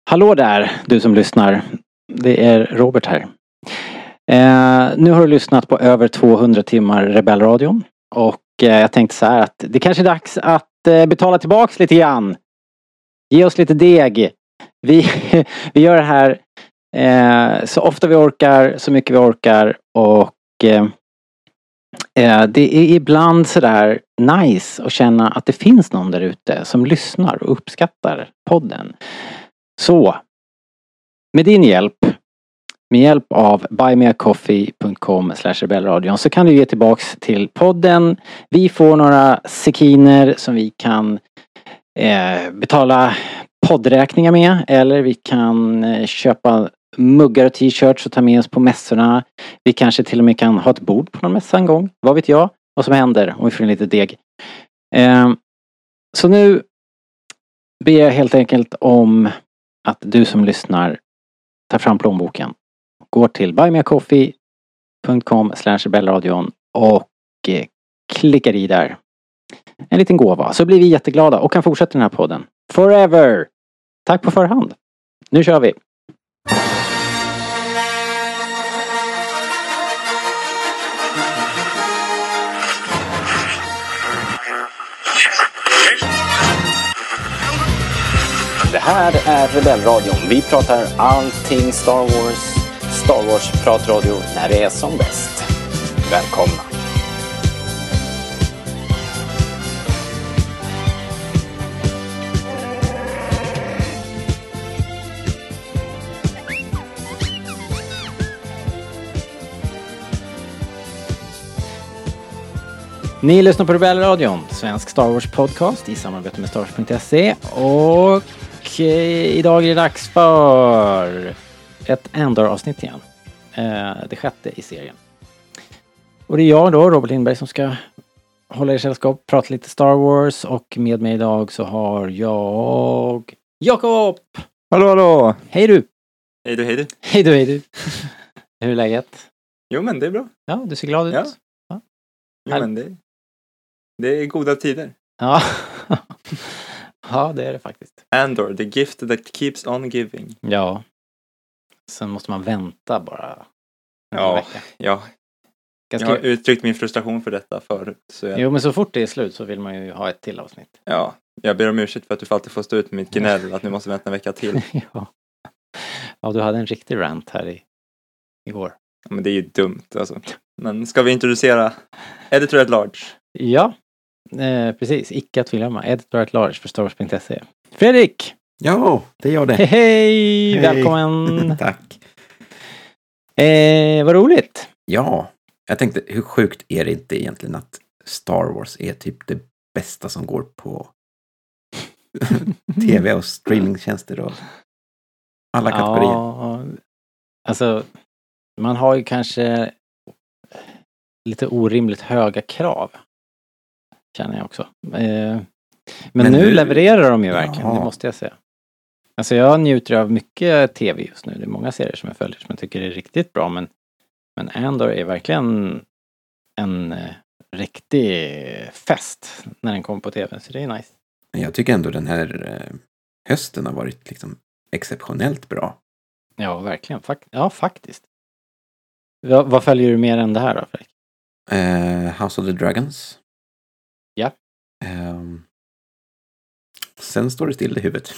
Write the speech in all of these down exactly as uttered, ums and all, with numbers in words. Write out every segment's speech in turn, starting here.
Hallå där, du som lyssnar. Det är Robert här. Eh, nu har du lyssnat på över tvåhundra timmar Rebellradion. Och eh, jag tänkte så här att det kanske är dags att eh, betala tillbaks lite grann. Ge oss lite deg. Vi, vi gör det här eh, så ofta vi orkar, så mycket vi orkar. Och eh, det är ibland sådär nice att känna att det finns någon där ute som lyssnar och uppskattar podden. Så, med din hjälp, med hjälp av buymeacoffee punkt com slash rebellradion så kan du ge tillbaks till podden. Vi får några sekiner som vi kan eh, betala poddräkningar med, eller vi kan eh, köpa muggar och t-shirts och ta med oss på mässorna. Vi kanske till och med kan ha ett bord på någon mässa en gång. Vad vet jag vad som händer om vi får en lite deg. Eh, så nu ber jag helt enkelt om att du som lyssnar tar fram plånboken. Går till buymeacoffee punkt com slash rebellradion och eh, klickar i där. En liten gåva. Så blir vi jätteglada och kan fortsätta den här podden. Forever! Tack på förhand. Nu kör vi. Det här är Rebellradion. Vi pratar allting Star Wars. Star Wars pratradio när det är som bäst. Välkomna. Ni lyssnar på Rebellradion, svensk Star Wars podcast i samarbete med Star Wars punkt se. Och idag är det dags för ett Andor-avsnitt igen. Det sjätte i serien. Och det är jag då, Robert Lindberg, som ska hålla er sällskap, prata lite Star Wars. Och med mig idag så har jag Jakob! Hallå, hallå! Hej du! Hej du, hej du! Hej du, hej du! Hur är läget? Jo, men det är bra. Ja, du ser glad ut. Ja, ja. Jo, men det, det är goda tider. Ja. Ja, det är det faktiskt. Andor, the gift that keeps on giving. Ja. Sen måste man vänta bara en ja, vecka. Ja, Ganska... jag har uttryckt min frustration för detta förut. Så jag... Jo, men så fort det är slut så vill man ju ha ett till avsnitt. Ja, jag ber om ursäkt för att du får alltid får stå ut med mitt gnäll att nu måste vänta en vecka till. ja. Ja, du hade en riktig rant här i, igår. Ja, men det är ju dumt alltså. Men ska vi introducera Editor at Large? Ja, eh, precis. Icke att glömma. Editor at Large för Star Wars punkt se. Fredrik! Ja, det gör det. Hej, hej! Hej. Välkommen! Tack. Eh, vad roligt! Ja, jag tänkte, hur sjukt är det inte egentligen att Star Wars är typ det bästa som går på tv och streamingtjänster och alla kategorier? Ja, alltså man har ju kanske lite orimligt höga krav, känner jag också. Eh, men, men nu, nu levererar de ju verkligen, ja. Det måste jag säga. Alltså jag njuter av mycket tv just nu. Det är många serier som jag följer som jag tycker är riktigt bra. Men, men Andor är verkligen en eh, riktig fest när den kommer på tv. Så det är nice. Jag tycker ändå den här eh, hösten har varit liksom exceptionellt bra. Ja, verkligen. Fak- ja, faktiskt. Va- vad följer du mer än det här då, Fredrik? Eh, House of the Dragons. Ja. Eh, sen står det still i huvudet.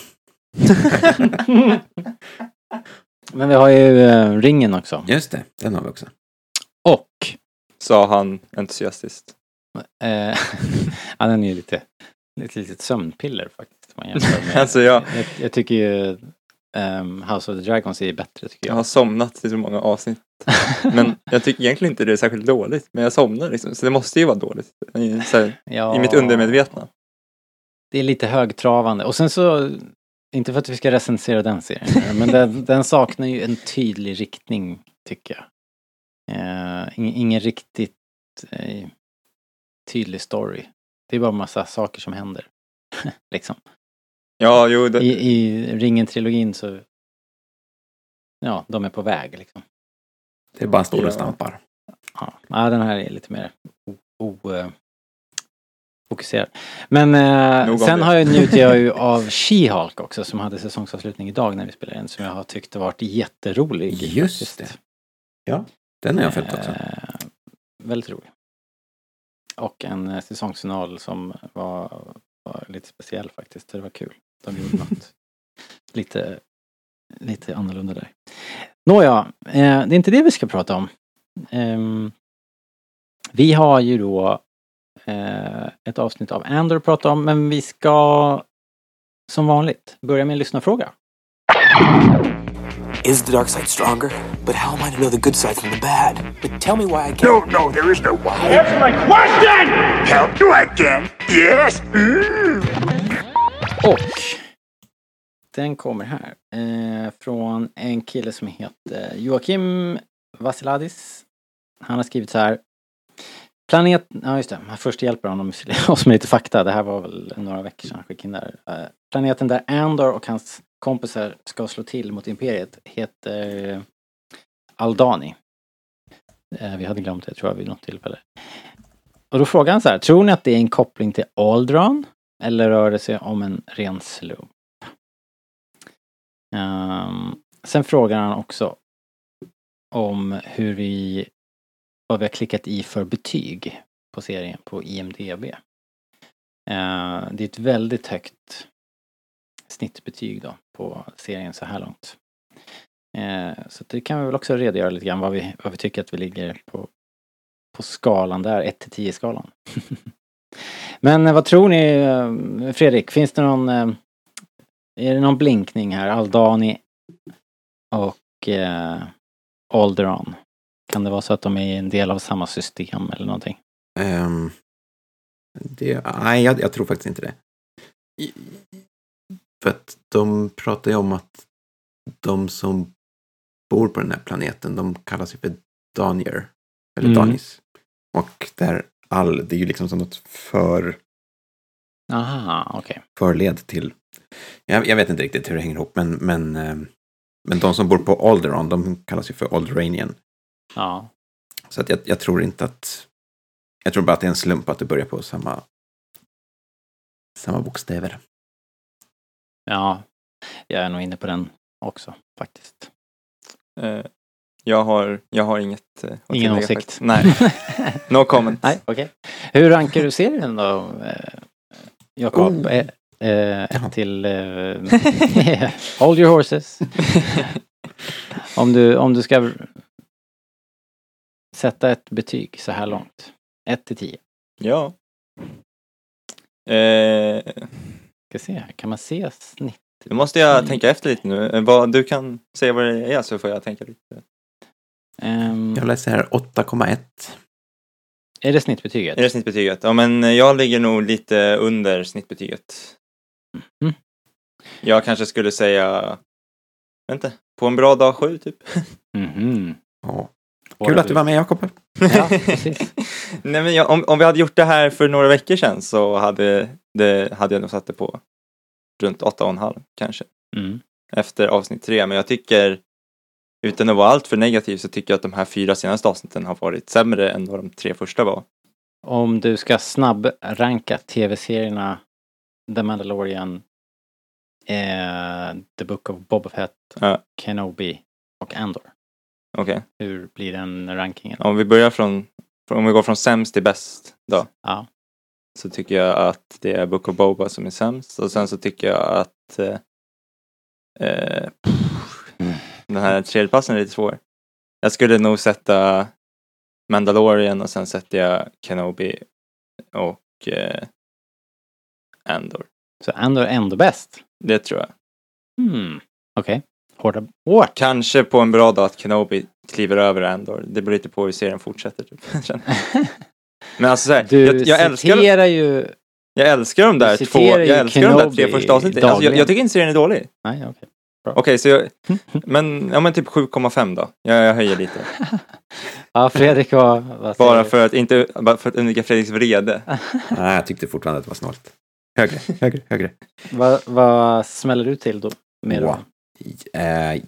Men vi har ju äh, ringen också. Just det, den har vi också. Och sa han entusiastiskt. Eh, ja, den är ju lite lite litet sömnpiller faktiskt. Man med, alltså jag, jag, jag tycker ju um, House of the Dragons är bättre tycker jag. Jag har somnat i så många avsnitt. Men jag tycker egentligen inte det är särskilt dåligt. Men jag somnar liksom. Så det måste ju vara dåligt. I, så här, ja, i mitt undermedvetna. Det är lite högtravande. Och sen så, inte för att vi ska recensera den serien. Men den, den saknar ju en tydlig riktning tycker jag. Uh, ingen, ingen riktigt uh, tydlig story. Det är bara massa saker som händer. liksom. Ja, jo. Det... I, I Ringen-trilogin så ja, de är på väg liksom. Det är bara stora ja. stampar. Ja. ja, den här är lite mer o, o, fokuserad. Men eh, Nog om sen det. har jag njutit jag ju av She-Hulk också som hade säsongsavslutning idag när vi spelade in som jag har tyckt har varit jätterolig. Just faktiskt. det. Ja, den har jag följt också. Eh, väldigt rolig. Och en eh, säsongsfinal som var, var lite speciell faktiskt. Det var kul. De gjorde något lite, lite annorlunda där. Nåja, eh, det är inte det vi ska prata om. Eh, vi har ju då eh, ett avsnitt av Andor att prata om, men vi ska som vanligt börja med en lyssnarfråga. Is the dark side stronger? But how am I to know the good side from the bad? But tell me why I can't. No, no, there is no why. Answer my question! Help you again? Yes. Mm. Och den kommer här eh, från en kille som heter Joakim Vasiladis. Han har skrivit så här. Planet, ja just det, han först hjälper honom oss med lite fakta. Det här var väl några veckor sedan han skickade in där. Eh, planeten där Andor och hans kompisar ska slå till mot imperiet heter Aldani. Eh, vi hade glömt det tror jag vid något tillfälle. Och då frågar han så här, tror ni att det är en koppling till Alderaan? Eller rör det sig om en ren slump? Um, sen frågar han också om hur vi, vad vi har klickat i för betyg på serien på I M D B. Uh, det är ett väldigt högt snittbetyg då på serien så här långt. Uh, så det kan vi väl också redogöra lite grann vad vi, vad vi tycker att vi ligger på, på skalan där, ett till tio skalan. Men vad tror ni, Fredrik? Finns det någon, är det någon blinkning här? Aldani och eh, Alderaan. Kan det vara så att de är en del av samma system eller någonting? Um, det, nej, jag, jag tror faktiskt inte det. I, för att de pratar ju om att de som bor på den här planeten, de kallas ju för Danier. Eller Mm. Danis. Och där all, det är ju liksom som något för Aha, okej. Okay. förled till. Jag, jag vet inte riktigt hur det hänger ihop, men, men, eh, men de som bor på Alderaan, de kallas ju för Alderaanian. Ja. Så att jag, jag tror inte att, jag tror bara att det är en slump att det börjar på samma, samma bokstäver. Ja, jag är nog inne på den också faktiskt. Eh, jag, har, jag har inget... Eh, att Ingen tillägga åsikt. faktiskt. Nej, no comment. Nej, okej. Okay. Hur rankar du serien då, eh, Jakob? Oh. Eh, eh, ett till... Eh, hold your horses. om, du, om du ska sätta ett betyg så här långt. ett till tio. Ja. Eh, Ska se här. Kan man se snitt? nu måste jag tänka efter lite nu. Eh, Vad, du kan säga vad det är så får jag tänka lite. Um, Jag läser här åtta komma ett. är det snittbetyget? Är det snittbetyget? Ja, men jag ligger nog lite under snittbetyget. Mm. Jag kanske skulle säga... Vänta, på en bra dag sju typ. Mhm. Ja. Kul att du var med, Jakob. Ja, precis. Nej, men jag, om, om vi hade gjort det här för några veckor sedan så hade, det, hade jag nog satt det på runt åtta och en halv kanske. Mm. Efter avsnitt tre. Men jag tycker, utan att vara allt för negativ, så tycker jag att de här fyra senaste avsnitten har varit sämre än vad de tre första var. Om du ska snabbranka tv-serierna The Mandalorian, eh, The Book of Boba Fett, Ja. Kenobi och Andor. Okej. Okay. Hur blir den rankingen? Om vi börjar från, om vi går från sämst till bäst då. Ja. Så tycker jag att det är Book of Boba som är sämst. Och sen så tycker jag att eh, eh, Mm. den här tredjepassen är lite svår. Jag skulle nog sätta Mandalorian och sen sätter jag Kenobi och eh, Andor. Så Andor är ändå bäst? Det tror jag. Hmm. Okej. Okay. Hårda... Hårt. Kanske på en bra dag att Kenobi kliver över Andor. Det beror lite på hur serien fortsätter. Typ. Men alltså så här, Du jag, jag älskar citerar ju... Jag älskar de där Du två, citerar ju jag älskar de där tre Kenobi första avsnitten. Alltså, jag, jag tycker inte serien är dålig. Nej, okej. Okay. Okej, okay, så jag, men, ja, men typ sju komma fem då. Jag, jag höjer lite. Ja, Fredrik var... vad säger Bara du? för att, inte, bara för att undvika Fredriks vrede. Nej, jag tyckte fortfarande att det var snålt. Högre, högre, högre. Vad vad smäller du till då? Med Åh, då? eh,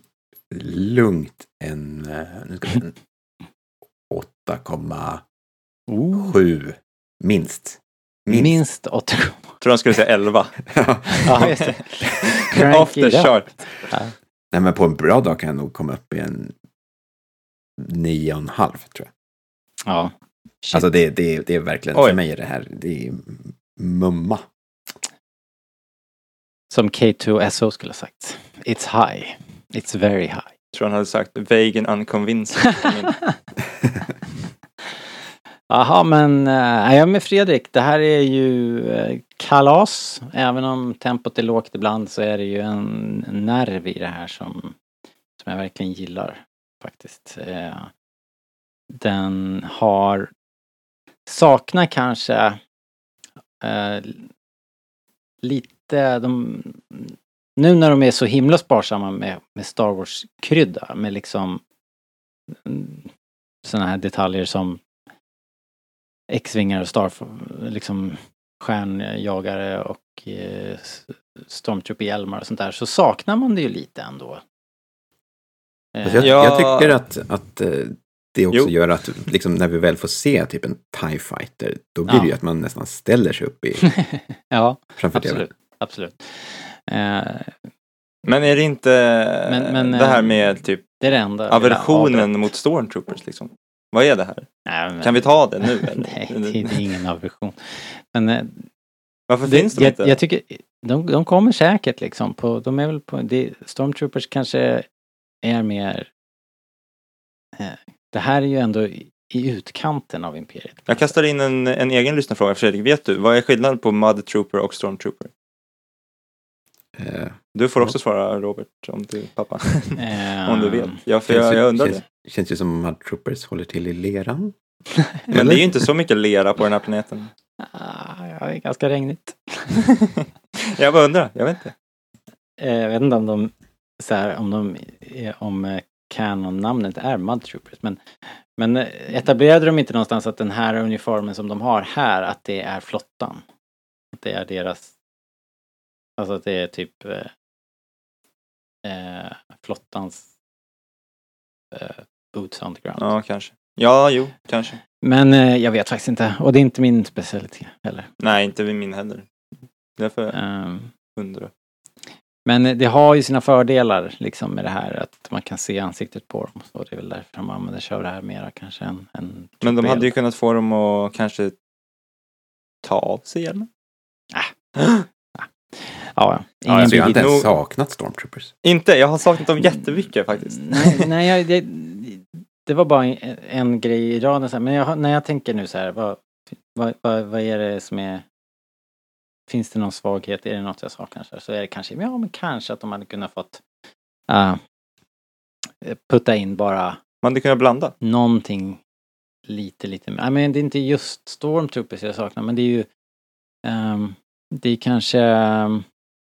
lugnt en, eh, nu ska vi se, en åtta komma sju Oh. minst. Minst. Minst åtta komma åtta. Tror han skulle säga elva. Ja, just det. Off the chart. Ja. Nej, men på en bra dag kan jag nog komma upp i en nio och en halv, tror jag. Ja. Shit. Alltså det, det, det är verkligen, Oj. för mig är det här, det är mumma. Som K två S O skulle ha sagt. It's high. It's very high. Tror han hade sagt vague and unconvincing. Jaha, men äh, jag är med Fredrik. Det här är ju äh, kalas. Även om tempot är lågt ibland så är det ju en nerv i det här som, som jag verkligen gillar faktiskt. Eh, den har saknar kanske eh, lite de, nu när de är så himla sparsamma med, med Star Wars-krydda med liksom såna här detaljer som X-vingar och Star liksom stjärnjagare och eh, Stormtrooper-hjälmar och sånt där, så saknar man det ju lite ändå. Alltså jag, Ja. jag tycker att, att eh, det också Jo. gör att liksom, när vi väl får se typ en TIE Fighter, då blir Ja. det ju att man nästan ställer sig upp i Ja, framför T V. absolut. Absolut. Eh, Men är det inte Men- men, det här eh, med typ det är det enda. jag vill ha aversionen avbrott. mot Stormtroopers liksom? Vad är det här? Nej, men- Kan vi ta det nu? Eller? Nej, det är ingen aversion. Men eh, Varför det, finns de jag, inte? jag tycker de, de kommer säkert liksom på, de är väl på, det, Stormtroopers kanske är mer eh, det här är ju ändå i, i utkanten av Imperiet. Jag kastar in en, en egen lyssnarfråga, Fredrik. Vet du, vad är skillnaden på Mother Trooper och Stormtrooper? Eh, Du får också svara, Robert, om du, pappa. Eh, om du vet. Ja, för känns jag, ju- jag undrar känns, det. känns ju som att Troopers håller till i leran. Men det är ju inte så mycket lera på den här planeten. Ah, ja, det är ganska regnigt. Jag bara undrar, jag vet inte. Eh, jag vet inte om de så här, om de om eh, canon-namnet är Mud Troopers, men men eh, etablerade de inte någonstans att den här uniformen som de har här, att det är flottan? Att det är deras, alltså att det är typ eh, eh, flottans eh, boots on the ground. Ja, kanske. Ja, jo, kanske. Men eh, jag vet faktiskt inte, och det är inte min specialitet heller. Nej, inte vid min heller. Därför Ehm, undrar. Men det har ju sina fördelar liksom med det här att man kan se ansiktet på dem. Så det är väl därför de använder sig av det här mera kanske än, än Men de hade ju truppel. kunnat få dem att kanske ta av sig hjälmen. Ja, ja. Ja, alltså, jag har inte nog- ens saknat Stormtroopers. Inte, jag har saknat dem jättemycket faktiskt. Nej, nej jag, det, det var bara en, en grej i raden så här. Men jag, när jag tänker nu så här, vad, vad, vad, vad är det som är, finns det någon svaghet, är det något jag saknar så, här, så är det kanske, ja men kanske att de hade kunnat fått uh, putta in bara Man hade kunnat blanda. någonting lite, lite mer. Nej, men det är inte just Stormtroopers jag saknar, men det är ju um, det är kanske um,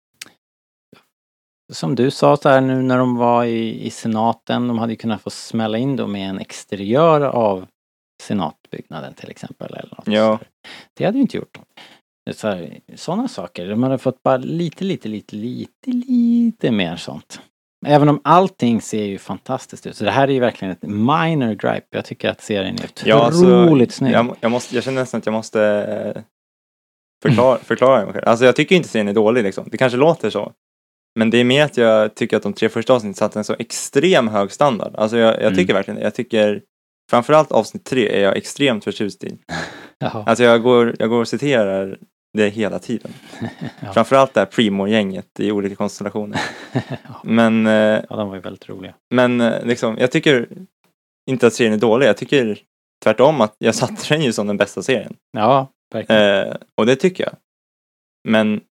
som du sa så här nu när de var i, i senaten, de hade ju kunnat få smälla in då med en exteriör av senatbyggnaden till exempel. Eller något. Ja. Det hade ju inte gjort. Så här, sådana saker. De hade fått bara lite, lite, lite, lite, lite mer sånt. Även om allting ser ju fantastiskt ut. Så det här är ju verkligen ett minor gripe. Jag tycker att serien är otroligt Ja, alltså, snygg. jag, jag, måste, jag känner nästan att jag måste eh, förklara, förklara mig själv. Alltså jag tycker inte serien är dålig liksom. Det kanske låter så. Men det är mer att jag tycker att de tre första avsnitten satte en så extrem hög standard. Alltså jag, jag Mm. tycker verkligen det. Jag tycker framförallt avsnitt tre är jag extremt förtjust i. Jaha. Alltså jag går, jag går och citerar det hela tiden. Ja. Framförallt det här Primo-gänget i olika konstellationer. Ja. Men, eh, Ja, de var ju väldigt roliga. men eh, liksom, jag tycker inte att serien är dålig. Jag tycker tvärtom att jag satte den ju som den bästa serien. Ja, verkligen. Eh, och det tycker jag. Men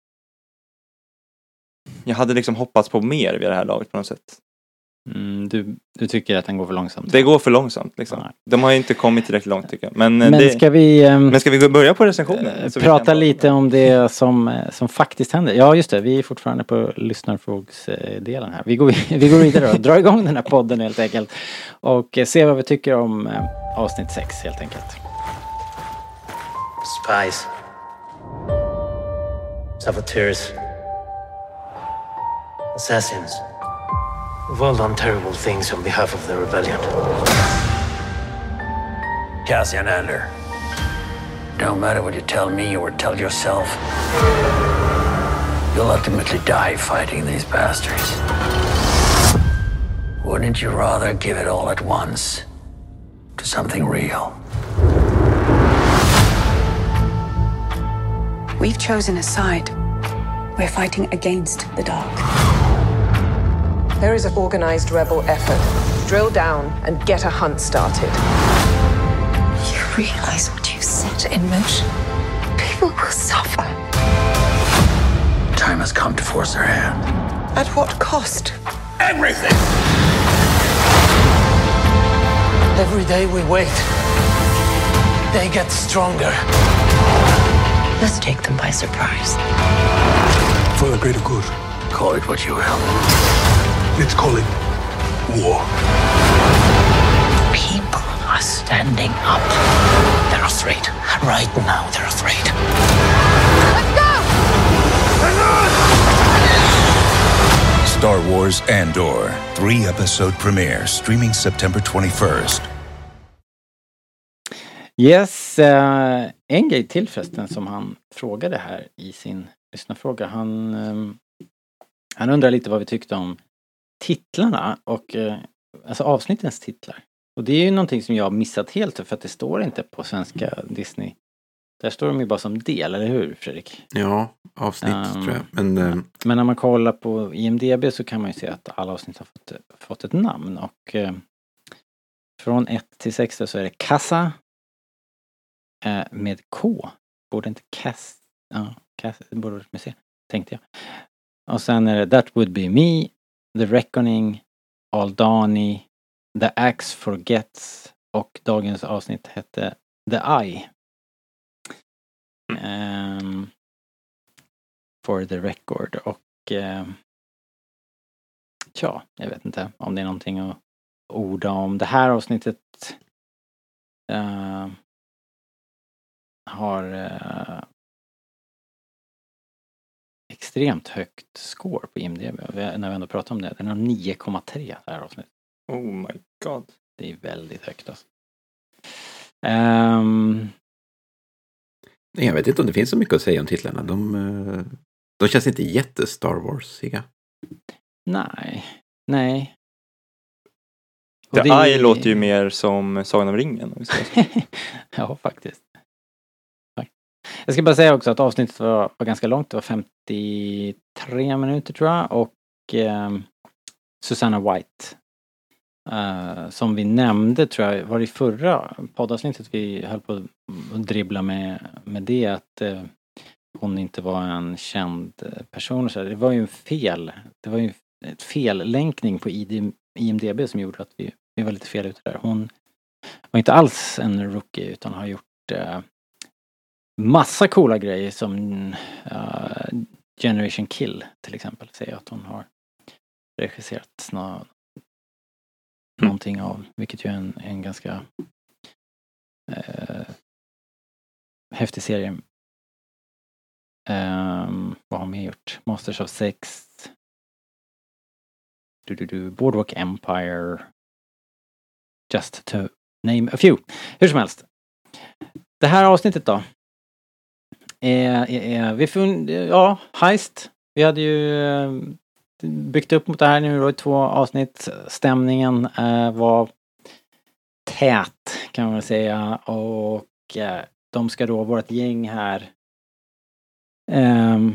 jag hade liksom hoppats på mer vid det här laget på något sätt. Mm, du, du tycker att den går för långsamt? Det går för långsamt liksom. Nej. De har ju inte kommit tillräckligt långt tycker jag. Men, eh, Men det, ska vi... ehm, men ska vi gå- börja på recensionen? Eh, Så vi prata kan- lite om det som, eh, som faktiskt händer. Ja just det, vi är fortfarande på lyssnarfrågsdelen här. Vi går, vi går vidare och drar igång den här podden helt enkelt. Och eh, se vad vi tycker om eh, avsnitt sex helt enkelt. Spies. Saboteurs. Assassins. We've all done terrible things on behalf of the rebellion. Cassian Andor. No matter what you tell me or tell yourself, you'll ultimately die fighting these bastards. Wouldn't you rather give it all at once to something real? We've chosen a side. We're fighting against the dark. There is an organized rebel effort. Drill down and get a hunt started. You realize what you set in motion? People will suffer. Time has come to force their hand. At what cost? Everything! Every day we wait, they get stronger. Let's take them by surprise. For the greater good. Call it what you will. Let's call it war. People are standing up. They're afraid. Right now, they're afraid. Let's go! Star Wars Andor, three-episode premiere, streaming September twenty-first. Yes, uh, en grej till förresten som han frågade här i sin lyssnarfråga. Han, um, han undrar lite vad vi tyckte om titlarna och uh, alltså avsnittens titlar. Och det är ju någonting som jag har missat helt för att det står inte på svenska Disney. Där står de ju bara som del, eller hur Fredrik? Ja, avsnitt um, tror jag. Men, um... men när man kollar på I M D B så kan man ju se att alla avsnitt har fått, fått ett namn. Och uh, från ett till sex så är det Kassa uh, med K. Borde inte Cass... Ja, Cass, det borde med C, tänkte jag. Och sen är det That Would Be Me, The Reckoning, Aldani, The Axe Forgets och dagens avsnitt hette The Eye. Um, for the record och uh, tja, jag vet inte om det är någonting att orda om. Det här avsnittet uh, har uh, extremt högt score på I M D B när vi ändå pratar om det. Den har nio komma tre det här avsnittet. Oh my god. Det är väldigt högt alltså. Um, Nej, jag vet inte om det finns så mycket att säga om titlarna. De, de känns inte jätte-Star Wars-iga. Nej, nej. The det... Eye låter ju mer som Sagan om ringen. Ja, faktiskt. Jag ska bara säga också att avsnittet var, var ganska långt. Det var femtiotre minuter tror jag. Och eh, Susanna White. Uh, som vi nämnde tror jag var i förra poddavsnittet vi höll på att dribbla med, med det att uh, hon inte var en känd person. Så det var ju en fel. Det var ju ett fellänkning på I M D B som gjorde att vi, vi var lite fel ute där. Hon var inte alls en rookie utan har gjort uh, massa coola grejer som uh, Generation Kill till exempel. Säger att hon har regisserat snart någonting av, vilket ju är en, en ganska eh, häftig serie. Um, vad har hon mer gjort? Masters of Sex, du, du, du, Boardwalk Empire, just to name a few. Hur som helst. Det här avsnittet då är, är, är vi fun, ja, heist. Vi hade ju byggt upp mot det här nu då i två avsnitt. Stämningen eh, var tät kan man väl säga. Och eh, de ska då, vårt gäng här. Eh,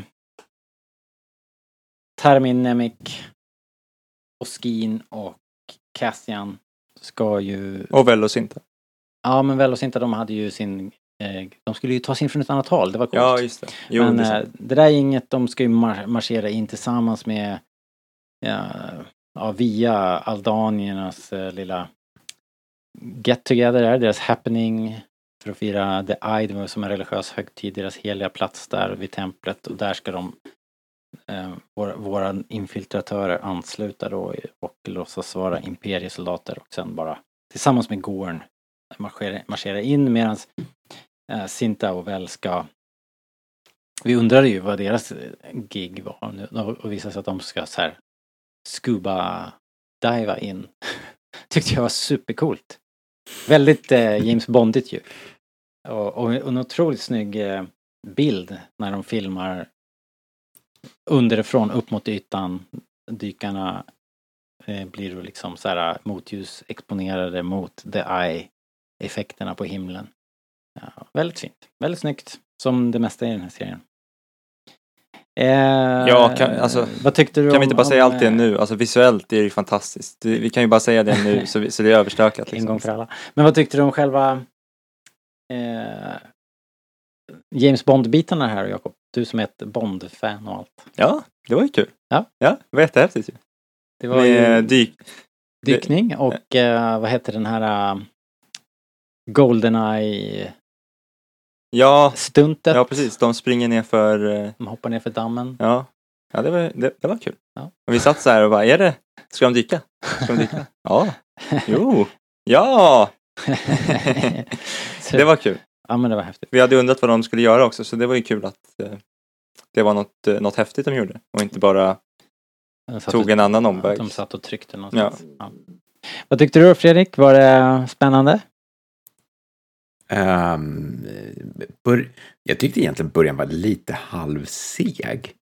Termin, Nemik, Oskin och Cassian ska ju... Och Velocinta. Ja, men Velocinta, de hade ju sin... Eh, de skulle ju ta sig in från ett annat håll, det var coolt. Ja, just det. Jo, men det, eh, det där är inget, de ska ju mar- marschera in tillsammans med ja, ja, via aldaniernas eh, lilla get together där, deras happening för att fira The Eye, det var som en religiös högtid, deras heliga plats där vid templet, och där ska de eh, våra, våra infiltratörer ansluta då och låtsas vara imperiesoldater och sen bara tillsammans med Gorn marschera, marschera in medan eh, Cinta och Vel ska, vi undrade ju vad deras gig var nu, och visade sig att de ska så här scuba diva in. Tyckte jag var supercoolt. Väldigt eh, James Bondigt ju. Och, och en otroligt snygg eh, bild när de filmar underifrån upp mot ytan. Dykarna eh, blir liksom så här motljus exponerade mot the eye-effekterna på himlen. Ja, väldigt fint. Väldigt snyggt. Som det mesta i den här serien. Eh, Ja, kan, alltså, vad tyckte du kan om, vi inte bara säga om, allt det nu? Alltså visuellt är det ju fantastiskt. Det, vi kan ju bara säga det nu så, vi, så det är överstökat. En Liksom. gång för alla. Men vad tyckte du om själva eh, James Bond-bitarna här, Jakob? Du som är ett Bond-fan och allt. Ja, det var ju kul. Ja, ja det var jättehäftigt ju. Det var Med ju dyk... dykning och eh, vad heter den här uh, Goldeneye Ja, stuntet. ja, precis. De springer ner för... Uh... De hoppar ner för dammen. Ja, ja det, var, det, det var kul. Ja. Och vi satt så här och bara, är det? Ska de dyka? Ska de dyka? Ja. Jo. Ja! Det var kul. Ja, men det var häftigt. Vi hade undrat vad de skulle göra också, så det var ju kul att uh, det var något, uh, något häftigt de gjorde. Och inte bara tog en annan omväg. De satt och tryckte någonstans. Ja. Ja. Vad tyckte du, Fredrik? Var det spännande? Um, bör, jag tyckte egentligen början var lite halvseg.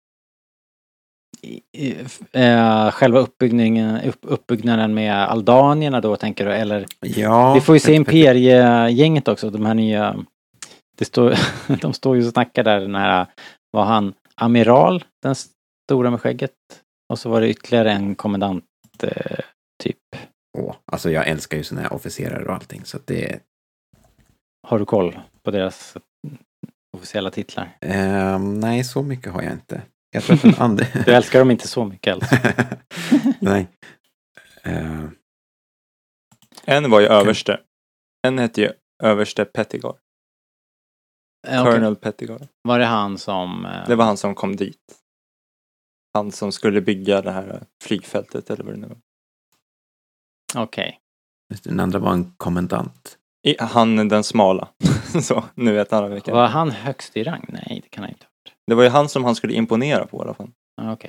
Uh, själva uppbyggningen, upp, uppbyggnaden med aldanierna då, tänker du? Eller, ja, vi får ju se Imperiegänget också, de här nya... Det står, de står ju och snackar där, den här... Var han amiral, den stora med skägget? Och så var det ytterligare en kommandant eh, typ. Åh, alltså jag älskar ju såna här officerare och allting, så att det... Har du koll på deras officiella titlar? Uh, nej, så mycket har jag inte. Jag tror att den andra... Du älskar dem inte så mycket alltså. Nej. Uh... En var ju överste. En hette ju överste Pettigard. Okay. Colonel Pettigard. Var det han som... Uh... Det var han som kom dit. Han som skulle bygga det här flygfältet eller vad det nu var. Okej. Okay. Den andra var en kommandant. I, han den smala. Så, nu vet alla vilka. Var han högst i rang? Nej, det kan han inte ha varit. Det var ju han som han skulle imponera på i alla fall. Okej. Okay.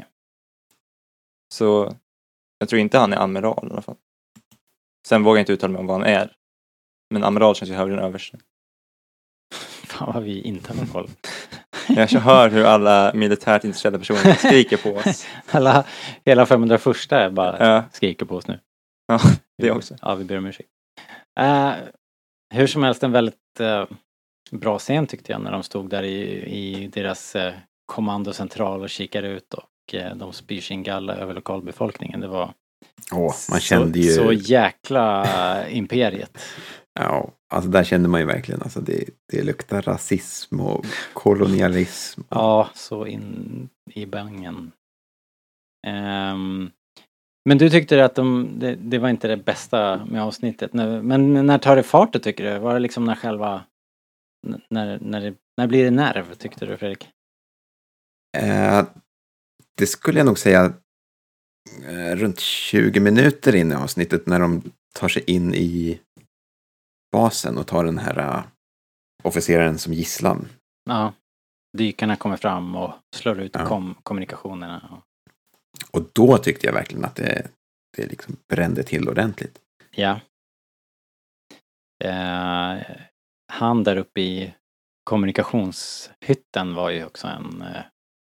Så jag tror inte han är amiral i alla fall. Sen vågar jag inte uttala mig om vad han är. Men amiral känns ju högre än överste. Fan vad vi inte har koll. Jag hör hur alla militärt intresserade personer skriker på oss. Alla, hela femhundraförsta bara ja. skriker på oss nu. Ja, det också. Ja, vi ber om ursäkt. Uh, hur som helst en väldigt uh, bra scen tyckte jag när de stod där i, i deras uh, kommandocentral och kikade ut och uh, de spyr sin galla över lokalbefolkningen. Det var oh, man kände så, ju... så jäkla uh, imperiet. Ja, alltså där kände man ju verkligen alltså det, det luktar rasism och kolonialism. Ja, så in i bangen. Um, men du tyckte att de, det, det var inte det bästa med avsnittet. Men när tar det fart då, tycker du? Var det liksom när själva... När, när, det, när blir det nerv, tyckte du, Fredrik? Eh, det skulle jag nog säga eh, runt tjugo minuter in i avsnittet när de tar sig in i basen och tar den här uh, officeraren som gisslan. Ja, dykarna kommer fram och slår ut ja. kom, kommunikationerna. Och då tyckte jag verkligen att det, det liksom brände till ordentligt. Ja. Eh, han där uppe i kommunikationshytten var ju också en, eh,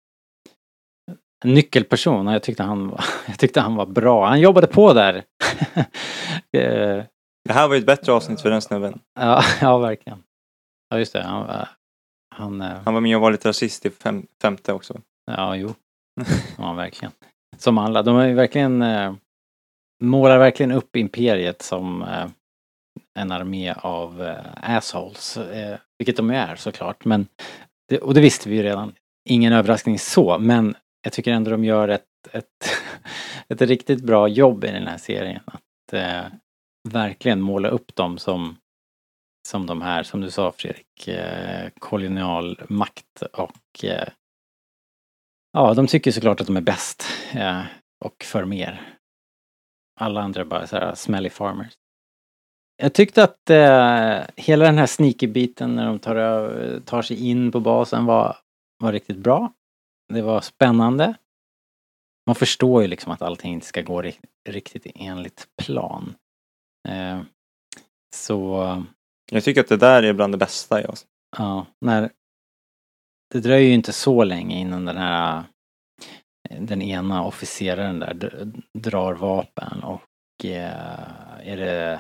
en nyckelperson. Jag tyckte, han, jag tyckte han var bra. Han jobbade på där. eh, Det här var ju ett bättre avsnitt för den snubben. Ja, ja verkligen. Ja, just det. Han, han, han var med och var lite rasist i fem, femte också. Ja, jo. Ja, verkligen. Som alla. De är ju verkligen eh, målar verkligen upp imperiet som eh, en armé av eh, assholes. Eh, vilket de är såklart. Men, det, och det visste vi ju redan. Ingen överraskning så. Men jag tycker ändå de gör ett, ett, ett riktigt bra jobb i den här serien. Att eh, verkligen måla upp dem som som de här, som du sa Fredrik, eh, kolonial makt och eh, ja, de tycker såklart att de är bäst eh, och för mer. Alla andra är bara så här smelly farmers. Jag tyckte att eh, hela den här sneaky-biten när de tar, tar sig in på basen var, var riktigt bra. Det var spännande. Man förstår ju liksom att allting inte ska gå rikt, riktigt enligt plan. Eh, så... Jag tycker att det där är bland det bästa i oss. Ja, när det dröjer ju inte så länge innan den här den ena officeraren där d- drar vapen och eh, är det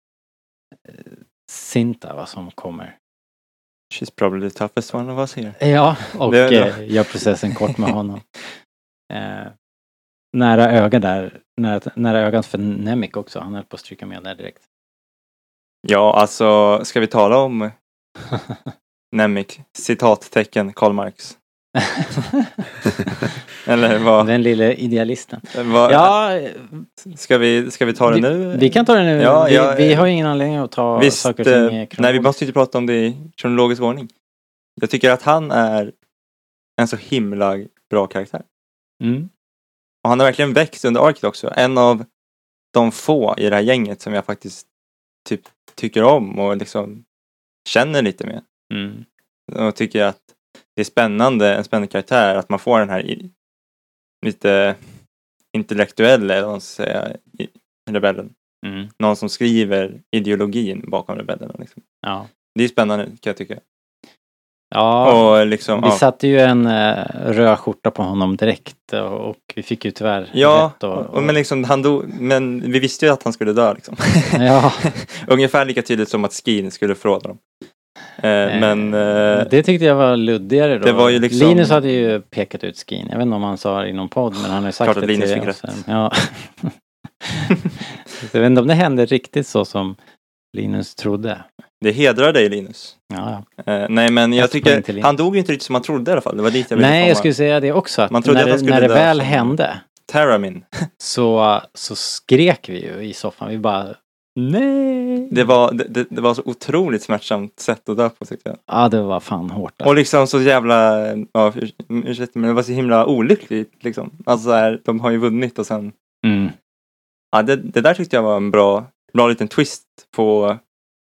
Cinta va, som kommer. She's probably the toughest one of us here. Ja, och Det- eh, gör processen kort med honom. Eh, nära öga där, nära, nära ögat för Nemik också. Han höll på att stryka med där direkt. Ja, alltså ska vi tala om Nemik, citattecken Karl Marx. Eller vad? Den lille idealisten. vad Ja, ska, vi, ska vi ta det vi, nu? vi kan ta det nu. Ja, vi, ja, vi har ju ingen anledning att ta Visst, saker och ting eh, kronologiskt. nej, vi måste ju prata om det i kronologisk ordning. Jag tycker att han är en så himla bra karaktär. Mm. Och han har verkligen växt under arket också. En av de få i det här gänget som jag faktiskt typ tycker om och liksom känner lite med. Mm. Och tycker att det är spännande, en spännande karaktär, att man får den här i, lite intellektuella, eller vad man ska säga, i rebellen. Mm. Någon som skriver ideologin bakom rebellerna. Liksom. Ja. Det är spännande, kan jag tycka. Ja, Och liksom, vi ja. satte ju en uh, röd skjorta på honom direkt och, och vi fick ju tyvärr Ja, rätt. Och, och... och, men, liksom, han dog, men vi visste ju att han skulle dö. Liksom. Ja. Ungefär lika tydligt som att Skeen skulle förråda dem. Eh, men eh, det tyckte jag var luddigare då. Det var ju liksom... Linus hade ju pekat ut Skeen. Jag vet inte om han sa det i någon podd, men han har ju sagt Klart det att Linus till fick oss. rätt. Ja. Jag vet inte om det hände riktigt så som Linus trodde. Det hedrar dig, Linus. Ja, ja. Eh, nej, men jag Ett poäng till tycker Linus. han dog ju inte riktigt som man trodde i alla fall. Det var dit jag ville Nej, komma. jag skulle säga det också. Att Man trodde när, att han det, skulle när det dö väl som- hände Terramin. så, så skrek vi ju i soffan. Vi bara, nej. Det var, det, det, det var så otroligt smärtsamt sätt att dö på, tyckte jag. Ja, det var fan hårt. Och liksom så jävla, ja, ur- ursäkta, men det var så himla olyckligt liksom. Alltså så här, de har ju vunnit och sen, Mm. ja, det, det där tyckte jag var en bra, bra liten twist på,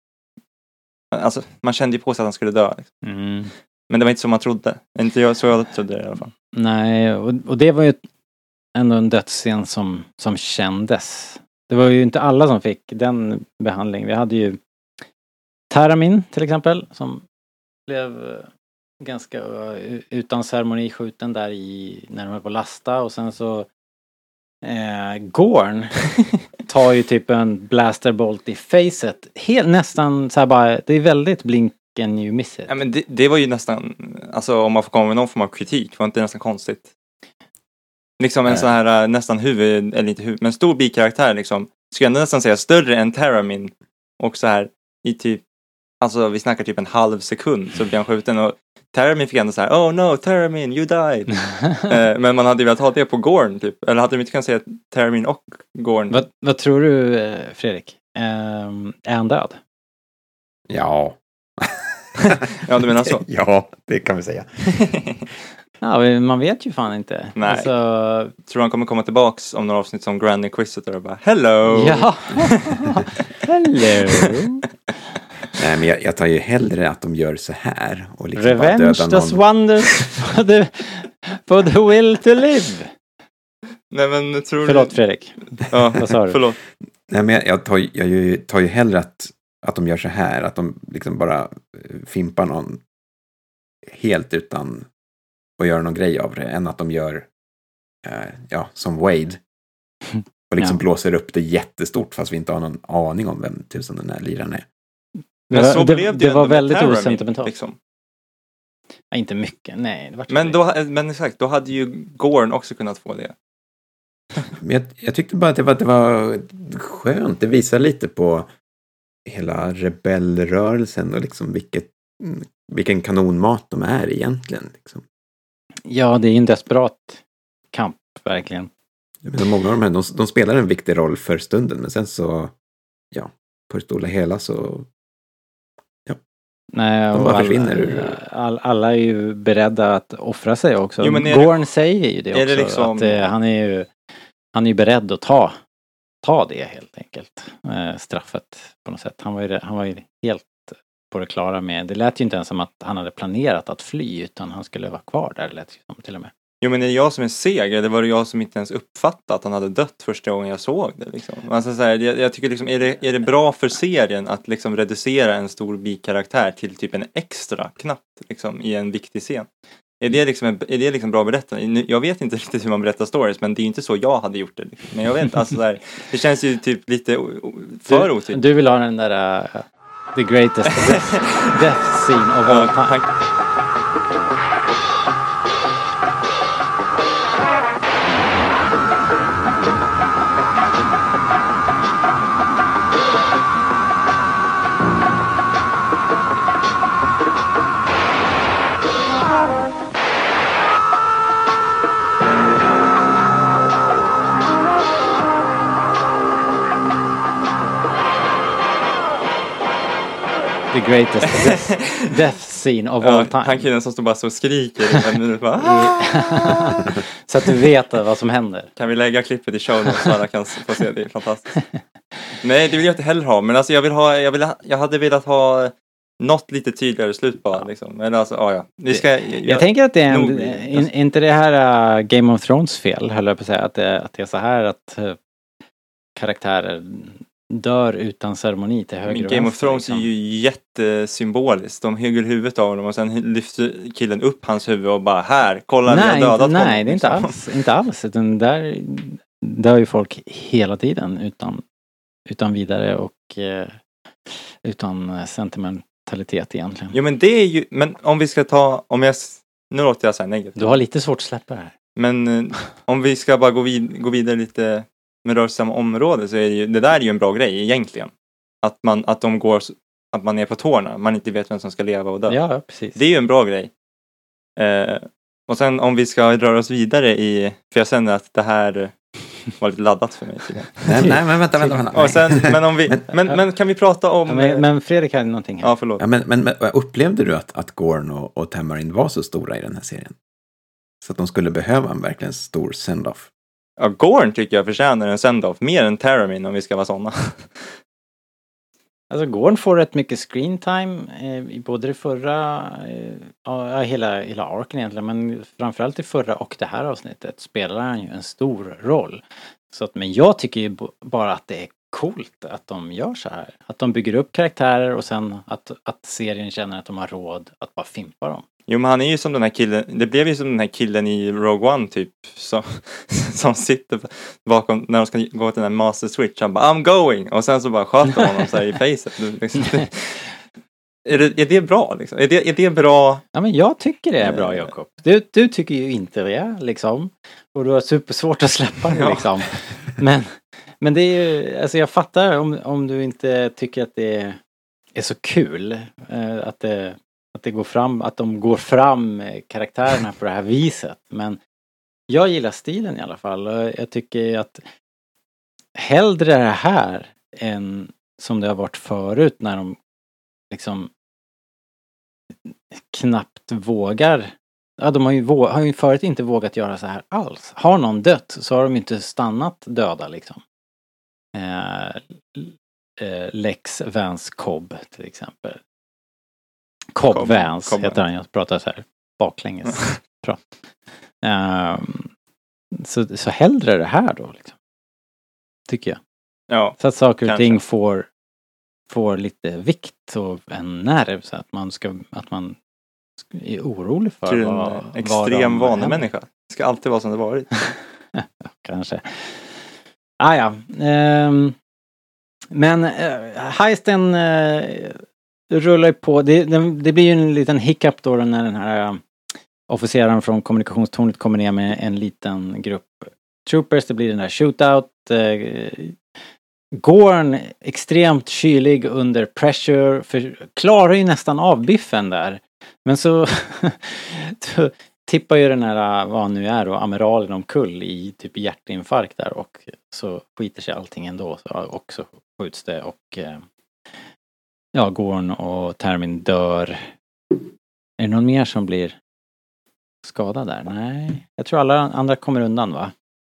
alltså man kände ju på sig att han skulle dö. Liksom. Mm. Men det var inte som man trodde. Inte jag, så jag trodde det i alla fall. Nej, och, och det var ju ändå en dödsscen som, som kändes. Det var ju inte alla som fick den behandling. Vi hade ju Terramin till exempel som blev eh, ganska eh, utan ceremoni skjuten där i, när de höll på att lasta, och sen så eh, Gorn tar ju typ en blasterbolt i facet. Helt nästan så här bara, det är väldigt blink and you miss it. Ja, men det, det var ju nästan, alltså om man får komma med någon form av kritik, var inte det nästan konstigt? Liksom en Nej. sån här äh, nästan huvud, eller inte huvud, men stor bikaraktär liksom. Skulle jag nästan säga större än Terramin. Och så här i typ, alltså vi snackar typ en halv sekund så blir han skjuten, och Terramin fick ändå så här, oh no, Terramin, you died. eh, men man hade ju velat ha det på Gorn typ. Eller hade de inte kunnat säga Terramin och Gorn? Vad, vad tror du, eh, Fredrik? Um, är han död? Ja. Ja, du menar så? Ja, det kan vi säga. Ja, men man vet ju fan inte. Nej. Alltså, Tror han kommer komma tillbaks om några avsnitt som Grand Inquisitor och bara, hello! ja. Hello. Nej, men jag, jag tar ju hellre att de gör så här. Och liksom bara Revenge döda does någon. wonders for the, for the will to live. Nej, men tror Förlåt du... Fredrik. Ja, Vad sa du? förlåt. Nej, men jag, jag, tar, ju- jag ju- tar ju hellre att, att de gör så här. Att de liksom bara eh, fimpar någon helt utan att göra någon grej av det. Än att de gör eh, ja, som Wade. Och liksom Ja. blåser upp det jättestort fast vi inte har någon aning om vem tusen den här liraren är. Men Det så var- det- blev det, det ju var ändå med väldigt Terramin, osentimentalt. Liksom. Ja, inte mycket, nej. Det var Men, då, men exakt, då hade ju Gorn också kunnat få det. Men jag, jag tyckte bara att det var, det var skönt. Det visar lite på hela rebellrörelsen och liksom vilket, mm, vilken kanonmat de är egentligen. Liksom. Ja, det är ju en desperat kamp, verkligen. Men många av de här, de, de spelar en viktig roll för stunden, men sen så, ja, på det stora hela så, Nej, De och bara alla, försvinner ur- all, alla är ju beredda att offra sig också. Jo, men är det- Gorn säger ju det också. är det liksom- Att eh, han är ju han är ju beredd att ta, ta det helt enkelt. Eh, straffet på något sätt. Han var, ju, han var ju helt på det klara med. Det lät ju inte ens som att han hade planerat att fly, utan han skulle vara kvar där, lät ju som till och med. Jo, men är det jag som är seg, eller var det jag som inte ens uppfattade att han hade dött första gången jag såg det liksom? Alltså så här, jag, jag tycker liksom, är det, är det bra för serien att liksom reducera en stor bikaraktär till typ en extra knapp liksom i en viktig scen? Är det liksom, en, är det liksom bra berättande? Jag vet inte riktigt hur man berättar stories, men det är inte så jag hade gjort det liksom. Men jag vet, alltså så här, det känns ju typ lite för otydligt. Du vill ha den där uh, the greatest death, death scene of all time. The greatest death, death scene of all time. Han killen som står bara så och skriker i en minut bara, så att du vet vad som händer. Kan vi lägga klippet i show notes så alla kan få se, det är fantastiskt. Nej, det vill jag inte heller ha, men alltså jag vill ha, jag, vill ha, jag hade velat ha något lite tydligare slut bara liksom. Men alltså, ja ja. Vi ska, jag, jag, jag tänker att det är en, nog, in, inte det här uh, Game of Thrones fel, höll jag på att säga, att det, att det är så här att uh, karaktärer dör utan ceremoni till höger och vänster. Game of Thrones liksom. är ju jättesymboliskt. De hugger huvudet av honom och sen lyfter killen upp hans huvud och bara, här, kolla, nej, vi har dödat inte, honom. Nej, det är inte alls. Inte alls. Utan där dör ju folk hela tiden utan, utan vidare och eh, utan sentimentalitet egentligen. Jo, men det är ju, men om vi ska ta, om jag, nu låter jag så här negativt. Du har lite svårt att släppa det här. Men eh, om vi ska bara gå, vid, gå vidare lite med rörsamma område, så är det ju, det där är ju en bra grej egentligen. Att man, att de går, att man är på tårna, man inte vet vem som ska leva och dö. Ja, precis. Det är ju en bra grej. Eh, och sen om vi ska röra oss vidare i, för jag känner att det här var lite laddat för mig. nej, nej, men vänta, vänta, vänta. Och sen, men, om vi, men, men kan vi prata om... Ja, men, men Fredrik hade någonting här. Ja, förlåt. Ja, men, men, men upplevde du att, att Gorn och, och Tamarin var så stora i den här serien? Så att de skulle behöva en verkligen stor send-off? Ja, Gorn tycker jag förtjänar en send-off. Mer än Taramin om vi ska vara sådana. Alltså Gorn får rätt mycket screen time eh, i både det förra, eh, ja, hela, hela arken egentligen, men framförallt i förra och det här avsnittet spelar han ju en stor roll. Så att, men jag tycker ju b- bara att det är coolt att de gör så här. Att de bygger upp karaktärer och sen att, att serien känner att de har råd att bara fimpa dem. Jo, men han är ju som den här killen, det blev ju som den här killen i Rogue One typ, som, som sitter bakom, när de ska gå till den här master switch, han bara, I'm going, och sen så bara sköter honom så här i facet. Är det, är det bra liksom? Är det, är det bra? Ja, men jag tycker det är bra, Jakob. Du, du tycker ju inte det, liksom. Och du har supersvårt att släppa det, liksom. Men, men det är ju, alltså jag fattar om, om du inte tycker att det är så kul, eh, att det Att det går fram, att de går fram karaktärerna på det här viset. Men jag gillar stilen i alla fall. Och jag tycker att hellre det här än som det har varit förut när de liksom knappt vågar. Ja, de har ju, vå- har ju förut inte vågat göra så här alls. Har någon dött så har de inte stannat döda liksom. Eh, eh, Lex Vance Cobb till exempel. Cobb, Cobb Vance Cobb. Heter han, jag pratar så här baklänges. um, så, så hellre det här då liksom. Tycker jag. Ja, så att saker och kanske. ting får får lite vikt och en nerv så att man ska att man är orolig för en vad, extrem vad vanlig människa. Det ska alltid vara som det varit. Kanske. Ah, ja. Um, men uh, heisten uh, rullar ju på. Det, det, det blir ju en liten hiccup då när den här uh, officeraren från kommunikationstornet kommer ner med en liten grupp troopers. Det blir den där shootout. Uh, Gorn extremt kylig under pressure. För, klarar ju nästan av biffen där. Men så tippar ju den här, vad han nu är då, amiralen omkull i typ hjärtinfarkt där och så skiter sig allting ändå. Så också skjuts det och uh, ja, Gorn och Taramin dör. Är det någon mer som blir skadad där? Nej. Jag tror alla andra kommer undan, va?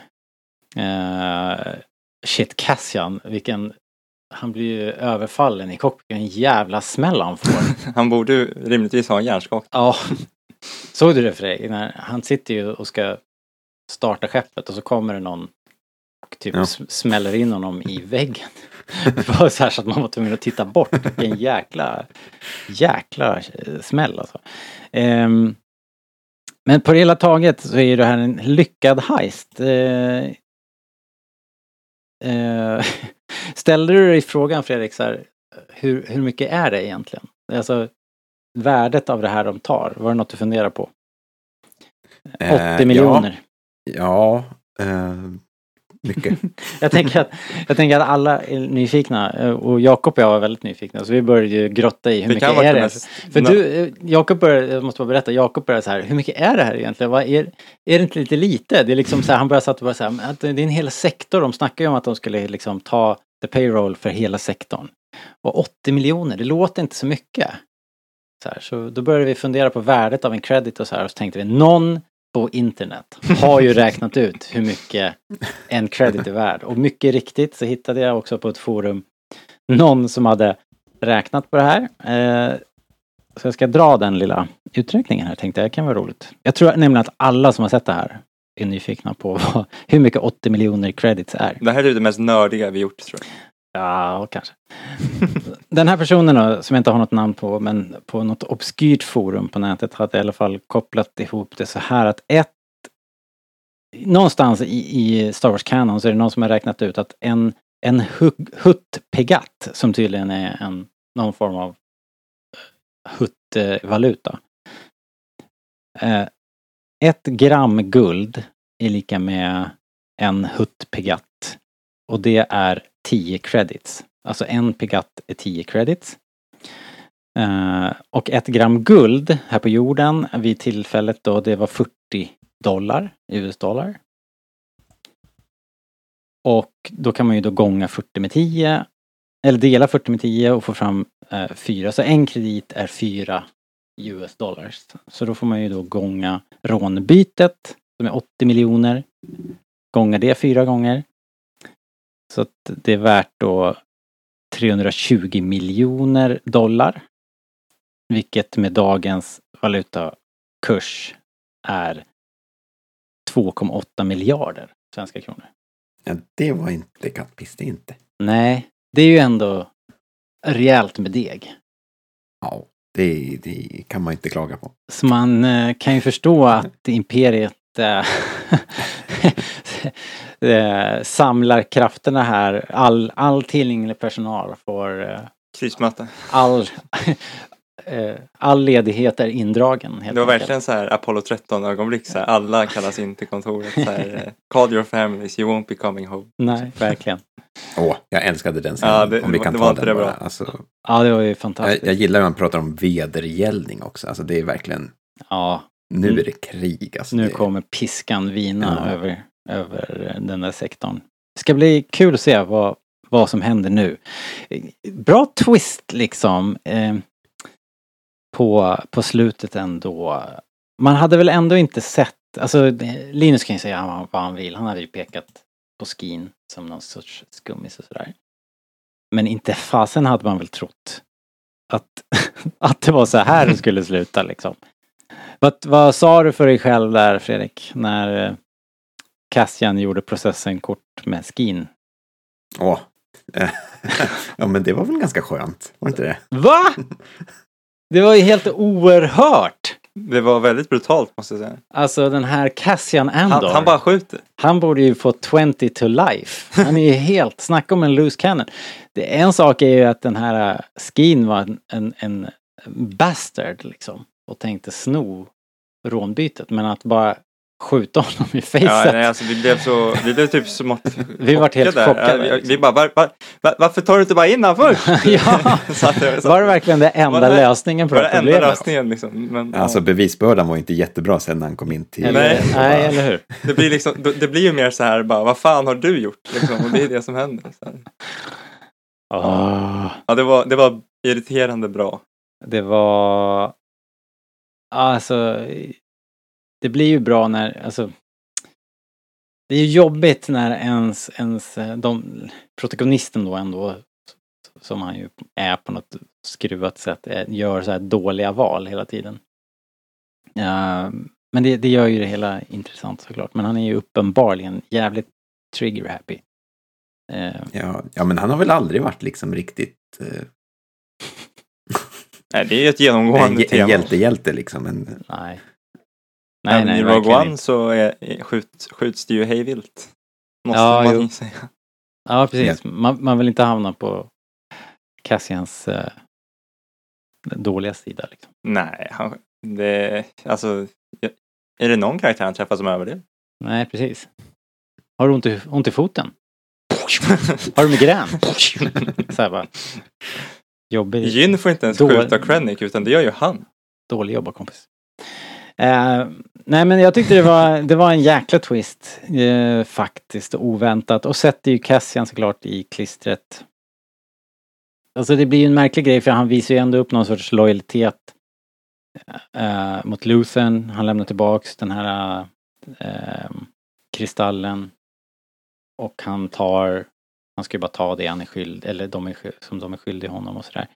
Uh, shit, Cassian. Vilken... Han blir ju överfallen i cockpit. En jävla smäll han får. Han borde ju rimligtvis ha en hjärnskak. Ja. Såg du det för dig? När han sitter ju och ska starta skeppet och så kommer det någon och typ ja. smäller in honom i väggen. Det var så här så att man var tvungen att titta bort. Vilken jäkla jäkla smäll alltså. Um, men på det hela taget så är det här en lyckad heist. Uh, uh, ställde du dig frågan, Fredrik, så här, hur, hur mycket är det egentligen? Alltså värdet av det här de tar. Var det något du funderar på? åttio uh, miljoner. Ja, ja uh, mycket. jag, tänker att, jag tänker att alla är nyfikna och Jakob och jag var väldigt nyfikna så vi började ju grotta i hur det mycket är det. Mest... För du, Jakob började, jag måste bara berätta, Jakob började så här, hur mycket är det här egentligen? Vad är, är det inte lite lite? Det är liksom så här, han började satt och bara så här, att det är en hel sektor, de snackar ju om att de skulle liksom ta the payroll för hela sektorn. Och åttio miljoner, det låter inte så mycket. Så, här, så då började vi fundera på värdet av en credit och så här och så tänkte vi, någon på internet har ju räknat ut hur mycket en credit är värd. Och mycket riktigt så hittade jag också på ett forum någon som hade räknat på det här. Eh, så jag ska dra den lilla uträkningen här, tänkte jag. Det kan vara roligt. Jag tror nämligen att alla som har sett det här är nyfikna på vad, hur mycket åttio miljoner credits är. Det här är det mest nördiga vi gjort, tror jag. Ja, kanske. Den här personen då, som jag inte har något namn på, men på något obskyrt forum på nätet hade i alla fall kopplat ihop det så här att ett någonstans i, i Star Wars Canon så är det någon som har räknat ut att en, en hutt-pegat, som tydligen är en, någon form av hutt-valuta. Eh, ett gram guld är lika med en hutt-pegat. Och det är tio credits. Alltså en pegat är tio credits. Uh, och ett gram guld här på jorden vid tillfället då, det var fyrtio dollar, U S-dollar. Och då kan man ju då gånga fyrtio med tio. Eller dela fyrtio med tio och få fram uh, fyra. Så en kredit är fyra U S-dollars. Så då får man ju då gånga rånbytet som är åttio miljoner. Gånga det fyra gånger. Så att det är värt då trehundratjugo miljoner dollar. Vilket med dagens valutakurs är två komma åtta miljarder svenska kronor. Ja, det var inte kattpiss, det inte. Nej, det är ju ändå rejält med deg. Ja, det, det kan man inte klaga på. Så man eh, kan ju förstå att imperiet eh, eh, samlar krafterna här. All, all tillgänglig personal får eh, krismöte. All, eh, all ledighet är indragen. Helt det var enkelt. Verkligen så här Apollo tretton ögonblick. Så här, alla kallas in till kontoret. Så här, call your families, you won't be coming home. Nej, verkligen. Åh, oh, jag älskade den scenen. Ja, det, om vi kan det ta var den inte det bara. bra. Alltså, ja, det var ju fantastiskt. Jag, jag gillar hur man pratar om vedergällning också. Alltså det är verkligen... Ja. Nu är det krig. Alltså nu det... kommer piskan vina ja. över, över den där sektorn. Det ska bli kul att se vad, vad som händer nu. Bra twist liksom. Eh, på, på slutet ändå. Man hade väl ändå inte sett... Alltså Linus kan ju säga vad han vill. Han hade ju pekat på Skeen som någon sorts skummis och sådär. Men inte fasen hade man väl trott att, att det var så här det skulle sluta liksom. Vad, vad sa du för dig själv där, Fredrik, när Cassian gjorde processen kort med Skeen? Åh. Ja, men det var väl ganska skönt, var inte det? Va? Det var ju helt oerhört. Det var väldigt brutalt, måste jag säga. Alltså den här Cassian Andor. Han, han bara skjuter. Han borde ju få tjugo to life. Han är ju helt, snacka om en loose cannon. Det, en sak är ju att den här Skeen var en, en, en bastard liksom. Och tänkte sno rånbytet. Men att bara skjuta honom i facet. Ja, nej, alltså vi blev så, vi blev typ så mått vi var helt chockade. Ja, vi, vi bara, var, var, var, varför tar du inte bara in han först? Ja, så att det, så var det verkligen det enda var det, lösningen på var det det problemet? Enda lösningen liksom. Men, alltså ja. Bevisbördan var inte jättebra sen när han kom in till... Nej, nej, nej eller hur? Det blir, liksom, det blir ju mer så här bara, vad fan har du gjort? Liksom, och det är det som händer. Så här. Oh. Ja, det var, det var irriterande bra. Det var... Alltså... Det blir ju bra när... Alltså, det är ju jobbigt när ens, ens de, protagonisten då ändå, som han ju är på något skruvat sätt, gör så här dåliga val hela tiden. Uh, men det, det gör ju det hela intressant såklart. Men han är ju uppenbarligen jävligt trigger happy. Uh, ja, ja, men han har väl aldrig varit liksom riktigt... Uh... Nej, det är ett genomgående en, tema. En hjälte-hjälte liksom. En... Nej. Nej, nej, i Rogue One så är, skjut, skjuts det ju hejvilt. Måste ja, man jo. ju säga. Ja, precis. Man, man vill inte hamna på Cassians uh, dåliga sida liksom. Nej, han, det, alltså är det någon karaktär han träffar som överlever? Nej, precis. Har du ont i, ont i foten? Har du migrän? Så här bara. Jobbig. Jyn får inte ens Då... skjuta Krennic, utan det gör ju han. Dålig jobba, kompis. Uh, nej, men jag tyckte det var, det var en jäkla twist. Uh, faktiskt, oväntat. Och sätter ju Cassian såklart i klistret. Alltså det blir ju en märklig grej, för han visar ju ändå upp någon sorts lojalitet uh, mot Luthen. Han lämnar tillbaks den här uh, kristallen. Och han tar, han ska ju bara ta det han är skyldig, eller de är skyld, som de är skyldiga honom och sådär.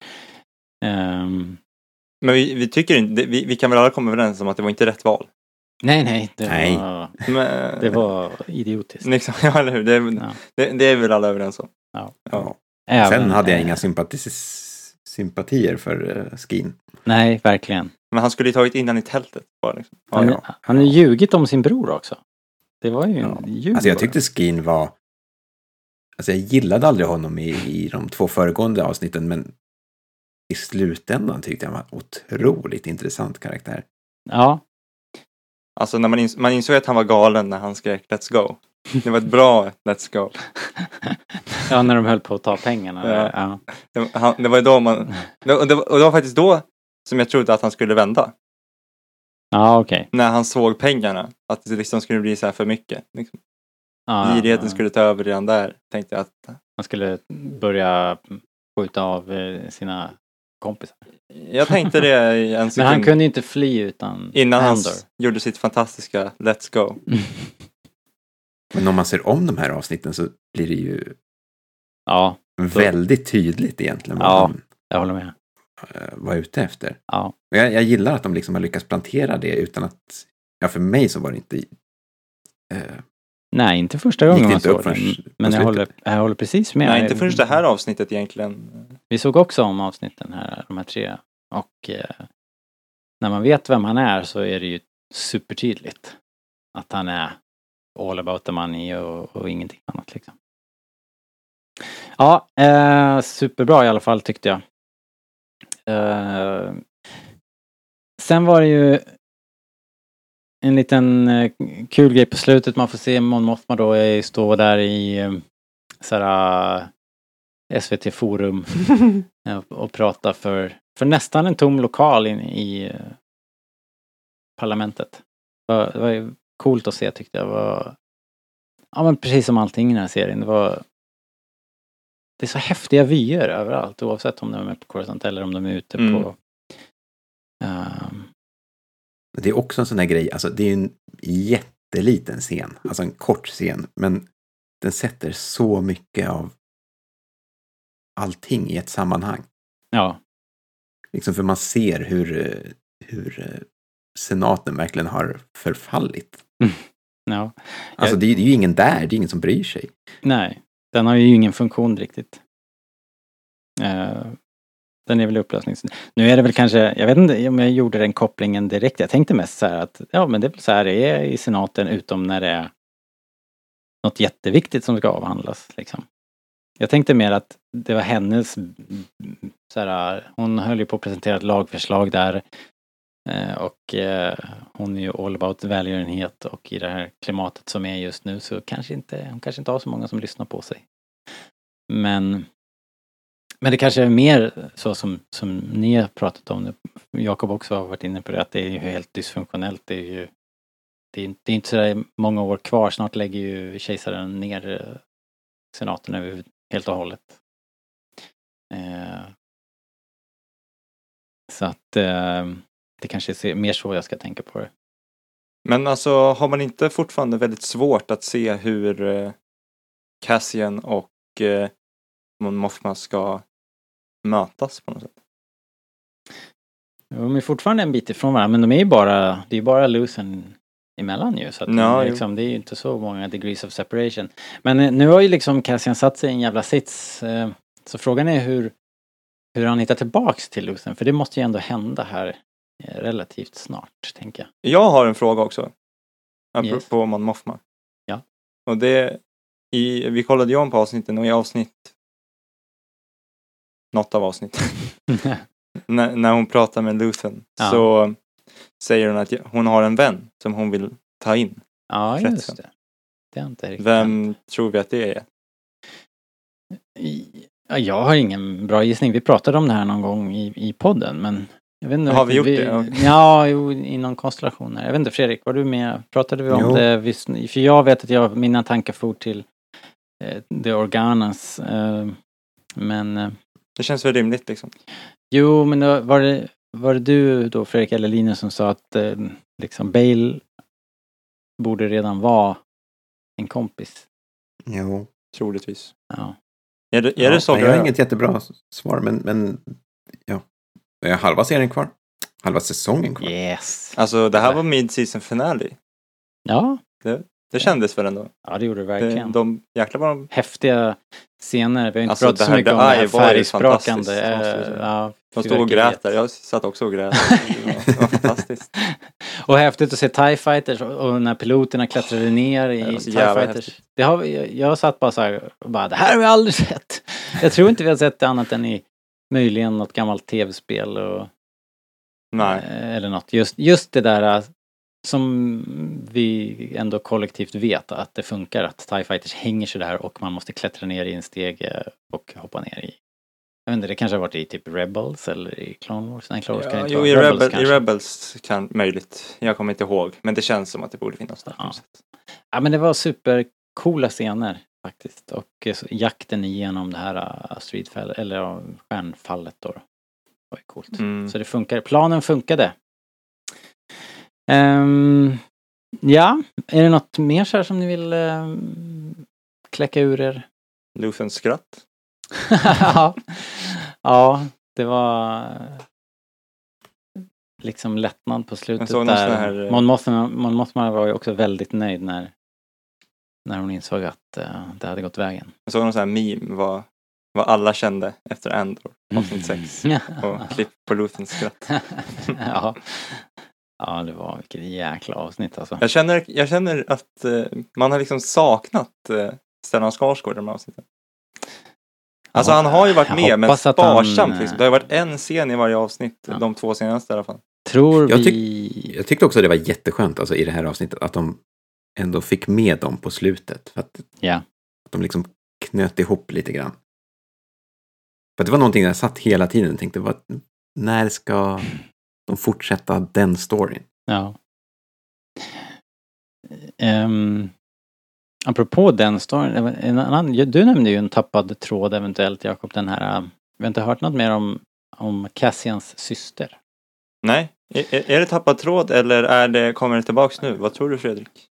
Um, Men vi, vi tycker inte, vi, vi kan väl alla komma överens om att det var inte rätt val. Nej, nej. Det, nej. Var, Men, det var idiotiskt. Liksom, ja, eller hur? Det, ja. det, det är väl alla överens om. Ja. Ja. Även, Sen hade jag äh, inga sympatis- sympatier för uh, Skeen. Nej, verkligen. Men han skulle ju tagit in han i tältet. Bara, liksom. ja, han, ja. han har ljugit om sin bror också. Det var ju ja. en ljug. Alltså jag tyckte Skeen var... Alltså jag gillade aldrig honom i, i de två föregående avsnitten, men i slutändan tyckte jag han var otroligt intressant karaktär. Ja. Alltså när man, ins- man insåg att han var galen när han skrek Let's go. Det var ett bra Let's go. Ja, när de höll på att ta pengarna. Ja. Ja. Det, han, det var ju då man... Det, och, det var, och det var faktiskt då som jag trodde att han skulle vända. Ja, okej. Okay. När han såg pengarna. Att det liksom skulle bli så här för mycket. Liksom. Ja, Girigheten ja. skulle ta över redan där. Tänkte jag att... Han skulle börja skjuta av sina kompisar. Jag tänkte det i en sekund. Men han kunde inte fly utan innan han Andor. gjorde sitt fantastiska Let's go. Men om man ser om de här avsnitten så blir det ju ja, då... väldigt tydligt egentligen vad ja, han jag håller med. var ute efter. Ja. Och jag, jag gillar att de liksom har lyckats plantera det utan att, ja för mig så var det inte eh, nej, inte första gången man såg den. Men jag håller, jag håller precis med. Nej, inte först det här avsnittet egentligen. Vi såg också om avsnitten här, de här tre. Och eh, när man vet vem han är så är det ju supertydligt att han är all about the money och, och ingenting annat liksom. Ja, eh, superbra i alla fall tyckte jag. Eh, sen var det ju en liten eh, kul grej på slutet. Man får se Mon Mothma då är, stå där i eh, såhär uh, S V T-forum och, och prata för, för nästan en tom lokal in i uh, parlamentet. Det var, det var ju coolt att se tyckte jag. Det var, ja men precis som allting i den här serien. Det var det är så häftiga vyer överallt oavsett om de är med på Coruscant eller om de är ute mm. på um, det är också en sån här grej, alltså det är en jätteliten scen, alltså en kort scen, men den sätter så mycket av allting i ett sammanhang. Ja. Liksom för man ser hur, hur senaten verkligen har förfallit. Mm. Ja. Alltså det är, det är ju ingen där, det är ingen som bryr sig. Nej, den har ju ingen funktion riktigt. Uh, den är väl upplösning. Nu är det väl kanske, jag vet inte om jag gjorde den kopplingen direkt. Jag tänkte mest så här att, ja men det är väl så här det är i senaten utom när det är något jätteviktigt som ska avhandlas liksom. Jag tänkte mer att det var hennes så här, hon höll ju på att presentera ett lagförslag där eh, och eh, hon är ju all about välgörenhet och i det här klimatet som är just nu så kanske inte, hon kanske inte har så många som lyssnar på sig. Men Men det kanske är mer så som, som ni har pratat om nu. Jakob också har varit inne på det, att det är ju helt dysfunktionellt. Det är ju det är, det är inte så där många år kvar. Snart lägger ju kejsaren ner senaten över helt och hållet. Eh, så att eh, det kanske är mer så jag ska tänka på det. Men alltså har man inte fortfarande väldigt svårt att se hur eh, Cassian och eh, Mon Mothma ska mötas på något sätt? De är fortfarande en bit ifrån varandra, men de är ju bara, det är ju bara Luthen emellan ju. Så att Ja, det, liksom, det är ju inte så många degrees of separation. Men eh, nu har ju liksom Cassian satt sig i en jävla sits. Eh, så frågan är hur, hur han hittar tillbaks till Luthen. För det måste ju ändå hända här eh, relativt snart, tänker jag. Jag har en fråga också. Apropå Yes. Mon Mothma. Ja. Och det, i, vi kollade ju om på avsnitten och i avsnitt, något av avsnitten, när, när hon pratar med Luthen, Ja. så säger hon att hon har en vän som hon vill ta in. Ja, Kretsen. just det. Det är inte riktigt. Vem tror vi att det är? I- Ja, jag har ingen bra gissning. Vi pratade om det här någon gång i, i podden, men jag vet inte. Har vi riktigt. gjort det? Ja, jo, i någon konstellation. Jag vet inte, Fredrik, var du med? Pratade vi om Jo. det? Visst, för jag vet att jag, mina tankar for till eh, The Organas. Eh, men eh, Det känns väl rimligt liksom. jo, men då, var, det, var det du då, Fredrik eller Linus, som sa att eh, liksom Bale borde redan vara en kompis? Jo. Troligtvis. Ja. Är det, är Ja, det så nej, jag har bra? inget jättebra svar, men, men ja. Jag har halva serien kvar. Halva säsongen kvar. Yes. Alltså det här var mid-season finale. Ja, Det kändes väl ändå. ja, det gjorde det Det, verkligen. de jäklar vad de, Häftiga scener. Vi har inte Alltså, pratat det så här mycket om The det Eye här var ju färgsprakande. fantastiskt, måste jag säga. eh, Ja, de stod och fyrverkeriet. grät där. Jag satt också och grät. Det var, det var fantastiskt. Och häftigt att se TIE Fighters och och när piloterna klättrade ner i Det var så TIE jävla Fighters. Det har, vi- jag, jag satt bara så här och bara, det här har vi aldrig sett. Jag tror inte vi har sett det annat än i möjligen något gammalt tv-spel och, Nej. eh, eller något. Just, just det där eh, som vi ändå kollektivt vet att det funkar, att TIE Fighters hänger så där och man måste klättra ner i en steg och hoppa ner i. Jag vet inte, det kanske har varit i typ Rebels eller i Clone Wars. Nej, Clone Wars kan Ja, inte jo, vara. i, Rebels Rebel, i kanske. Rebels kan möjligt. Jag kommer inte ihåg. Men det känns som att det borde finnas där. Ja. Ja, men det var supercoola scener faktiskt. Och eh, så jakten igenom det här uh, streetfall, eller uh, stjärnfallet då. Det var ju coolt. Mm. Så det funkar. Planen funkade. Ehm, ja, är det något mer så här som ni vill um, kläcka ur er? Luthens skratt. ja. ja, det var eh, liksom lättnad på slutet Jag såg någon sån där. här, eh, Mon Mothma, Mon Mothma var ju också väldigt nöjd när när hon insåg att uh, det hade gått vägen. Jag såg någon sån här meme vad, vad alla kände efter Andor. Avsnitt sex. Och klipp på Luthens skratt. ja. ja, det var vilket jäkla avsnitt alltså. Jag känner, jag känner att eh, man har liksom saknat eh, Stellan Skarsgård i de här avsnitten. Alltså Ja, han har ju varit jag med, men hoppas att han, sparsamt. Liksom. Det har varit en scen i varje avsnitt, Ja. de två senaste i alla fall. Tror Jag, vi... tyck, jag tyckte också det var jätteskönt alltså, i det här avsnittet att de ändå fick med dem på slutet. För att, Ja. att de liksom knöt ihop lite grann. För att det var någonting jag satt hela tiden och tänkte, vad, när ska de fortsätta den storyn? Ja. Um, apropå den storyn, en annan, du nämnde ju en tappad tråd eventuellt, Jakob, den här, uh, vi har inte hört något mer om, om Cassians syster. Nej, är, är det tappad tråd eller är det, kommer det tillbaks nu? Vad tror du, Fredrik?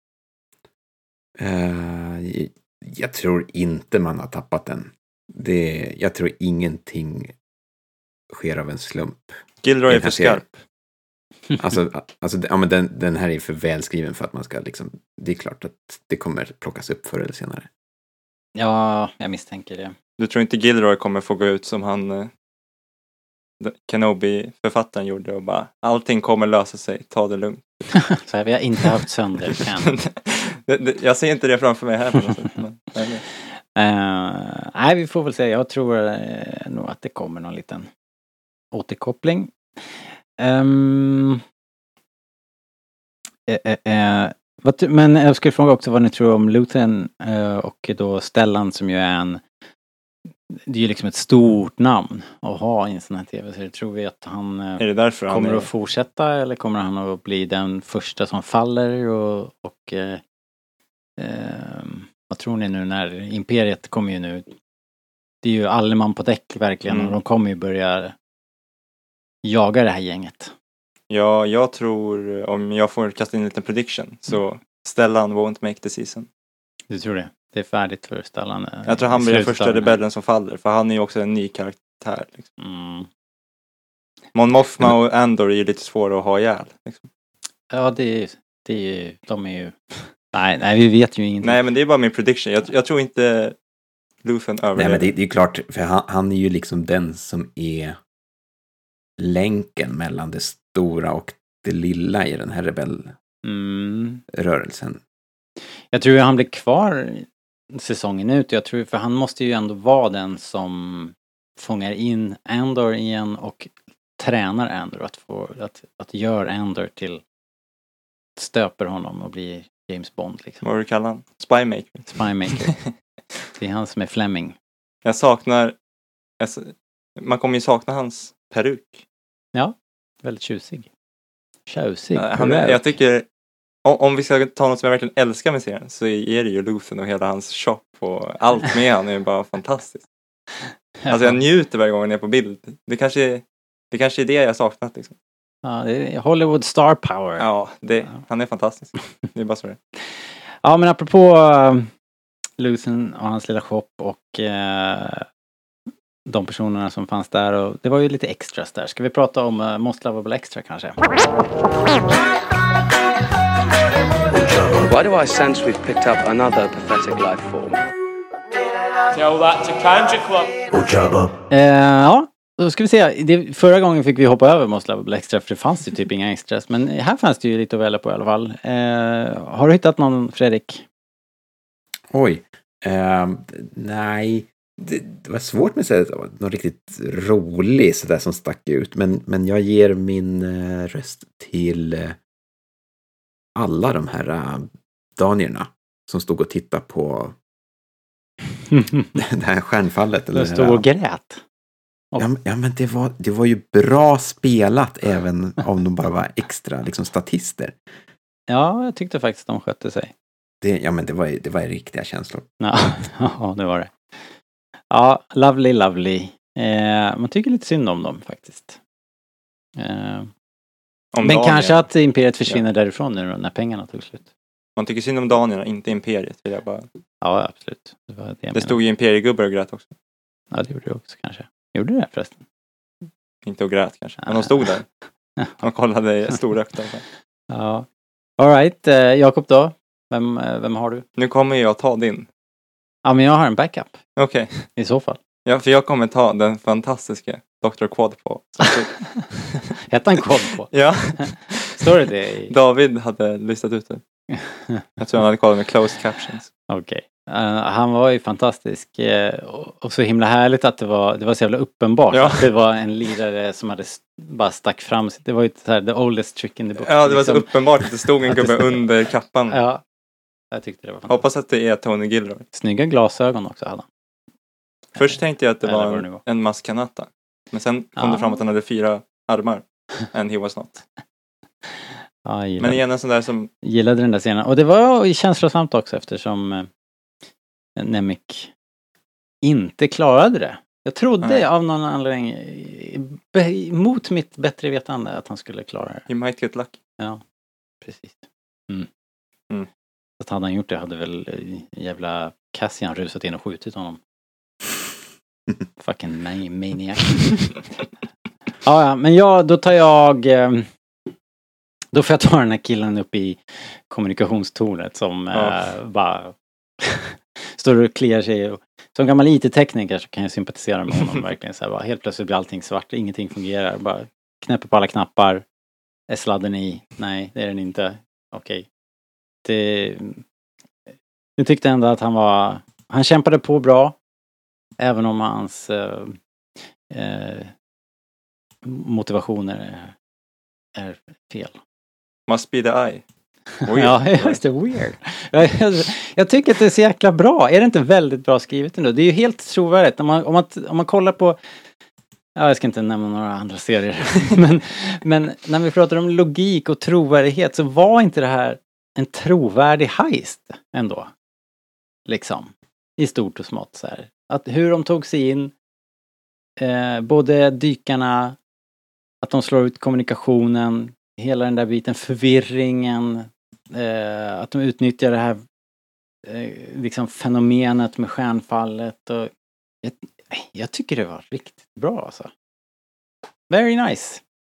Uh, jag tror inte man har tappat den. Det, jag tror ingenting sker av en slump. Gilroy är Den för här serien. skarp. Alltså, alltså ja, men den, den här är för välskriven för att man ska liksom, det är klart att det kommer plockas upp förr eller senare. Ja, jag misstänker det. Du tror inte Gilroy kommer få gå ut som han eh, Kenobi-författaren gjorde och bara, allting kommer lösa sig, ta det lugnt. Så här, vi har inte haft sönder kan. det, det, jag ser inte det framför mig här på något sätt. Men, nej, nej. Uh, nej, vi får väl se. Jag tror uh, nog att det kommer någon liten återkoppling. Um, uh, uh, uh, vad, ty- men jag skulle fråga också vad ni tror om Luthen uh, och då Stellan som ju är en, det är ju liksom ett stort namn att ha i en sån här tv-serie. Tror vi att han uh, Är det därför han kommer är... att fortsätta eller kommer han att bli den första som faller och, och uh, um, vad tror ni nu när Imperiet kommer ju nu? Det är ju alle man på däck verkligen Mm. och de kommer ju börja jaga det här gänget. Ja, jag tror, om jag får kasta in en liten prediction, så Stellan won't make the season. Du tror det? Det är färdigt för Stellan. eh, Jag tror han i blir den slutet första av den här. rebellen som faller, för han är ju också en ny karaktär. Liksom. Mm. Mon Mothma och Andor är ju lite svåra att ha ihjäl. Liksom. Ja, det är, det är de är ju... Nej, nej, vi vet ju ingenting. Nej, men det är bara min prediction. Jag, jag tror inte Luthen överlever. Nej, men det, det är klart, för han, han är ju liksom den som är länken mellan det stora och det lilla i den här rebellrörelsen. Mm. Jag tror han blir kvar säsongen ut. Jag tror, för han måste ju ändå vara den som fångar in Andor igen och tränar Andor att få, att, att göra Andor till, stöper honom och blir James Bond liksom. Vad du kallar han? Spymaker. Spymaker. Det är han som är Fleming. Jag saknar, jag, man kommer ju sakna hans peruk. Ja, väldigt tjusig. Tjusig. Han, jag tycker, om, om vi ska ta något som jag verkligen älskar med serien, så är det ju Luthen och hela hans shop och allt med han är bara fantastiskt. Alltså jag njuter varje gång jag är på bild. Det kanske, det kanske är det jag saknat liksom. Ja, det är Hollywood star power. Ja, det, han är fantastisk. Det är bara så det. Ja, men apropå uh, Luthen och hans lilla shop och uh, de personerna som fanns där, och det var ju lite extras där. Ska vi prata om uh, Most Lovable Extra kanske? Why do I sense we've picked up another pathetic life form? Tell that to Kanji Club. Uh, ja, då ska vi se. Det, förra gången fick vi hoppa över Most Lovable Extra, för det fanns ju typ inga extras. Men här fanns det ju lite att välja på i alla fall. Uh, har du hittat någon, Fredrik? Oj. Uh, nej. Det, det var svårt med att säga någon riktigt rolig sådär som stack ut. Men, men jag ger min uh, röst till uh, alla de här uh, danierna som stod och tittade på det här stjärnfallet. De stod och grät. Och... Ja, ja, men det var, det var ju bra spelat även om de bara var extra liksom, statister. Ja, jag tyckte faktiskt de skötte sig. Det, ja, men det var, det var riktiga känslor. Ja, ja, det var det. Ja, lovely, lovely. Eh, man tycker lite synd om dem faktiskt. Eh, men Daniel. Kanske att Imperiet försvinner ja. därifrån nu när pengarna tog slut. Man tycker synd om Daniel, inte Imperiet. Vill jag bara... Ja, absolut. Det, var det, det stod ju Imperiegubbar och grät också. Ja, det gjorde det också kanske. Gjorde det förresten? Inte och grät kanske, men de stod där. De kollade storökt. Ja. All right, eh, Jakob då? Vem, vem har du? Nu kommer jag ta din. Ja, men jag har en backup. Okej. Okay. I så fall. Ja, för jag kommer ta den fantastiska doktor Quadpo. Hette han Quadpo? Ja. Står det det i... David hade listat ut det. Jag tror han hade kollat med closed captions. Okej. Okay. Uh, han var ju fantastisk. Uh, och, och så himla härligt att det var, det var så jävla uppenbart. Ja. Att det var en lirare som hade st- bara stack fram. Det var ju så här, the oldest trick in the book. Ja, det var liksom. Så uppenbart att det stod en gubbe under kappan. Ja. Jag tyckte det var fantastiskt. Hoppas att det är Tony Gilroy. Snygga glasögon också hade han. Först tänkte jag att det var en, en maskanata. Men sen kom ja. det fram att han hade fyra armar. And he was not. Ja, men igen en sån där som... Gillade den där scenen. Och det var känslosamt också eftersom eh, Nemik inte klarade det. Jag trodde Nej. av någon anledning be, mot mitt bättre vetande att han skulle klara det. He might get lucky. Ja, precis. Mm. Mm. Så hade han gjort det hade väl jävla Cassian rusat in och skjutit honom. Fucking maniac. Ja, ja, men jag, då tar jag... Eh, då får jag ta den här killen upp i kommunikationstornet som ja. eh, bara står och kliar sig. Och, som gammal I T-tekniker så kan jag sympatisera med honom verkligen. Så här, bara, helt plötsligt blir allting svart, ingenting fungerar. Bara knäpper på alla knappar. Är sladden i? Nej, det är den inte. Okej. Okay. Det... Jag tyckte ändå att han var... Han kämpade på bra. Även om hans eh, eh, motivationer är, är fel. Must be the eye. Weird. Ja, just det. Weird. Jag, jag, jag tycker att det är så jäkla bra. Är det inte väldigt bra skrivet ändå? Det är ju helt trovärdigt. Om man, om man, om man kollar på... Ja, jag ska inte nämna några andra serier. men, men när vi pratar om logik och trovärdighet så var inte det här en trovärdig heist ändå. Liksom. I stort och smått så här. Att hur de tog sig in, eh, både dykarna, att de slår ut kommunikationen, hela den där biten, förvirringen, eh, att de utnyttjar det här eh, liksom fenomenet med stjärnfallet. Och jag, jag tycker det var riktigt bra alltså. Very nice.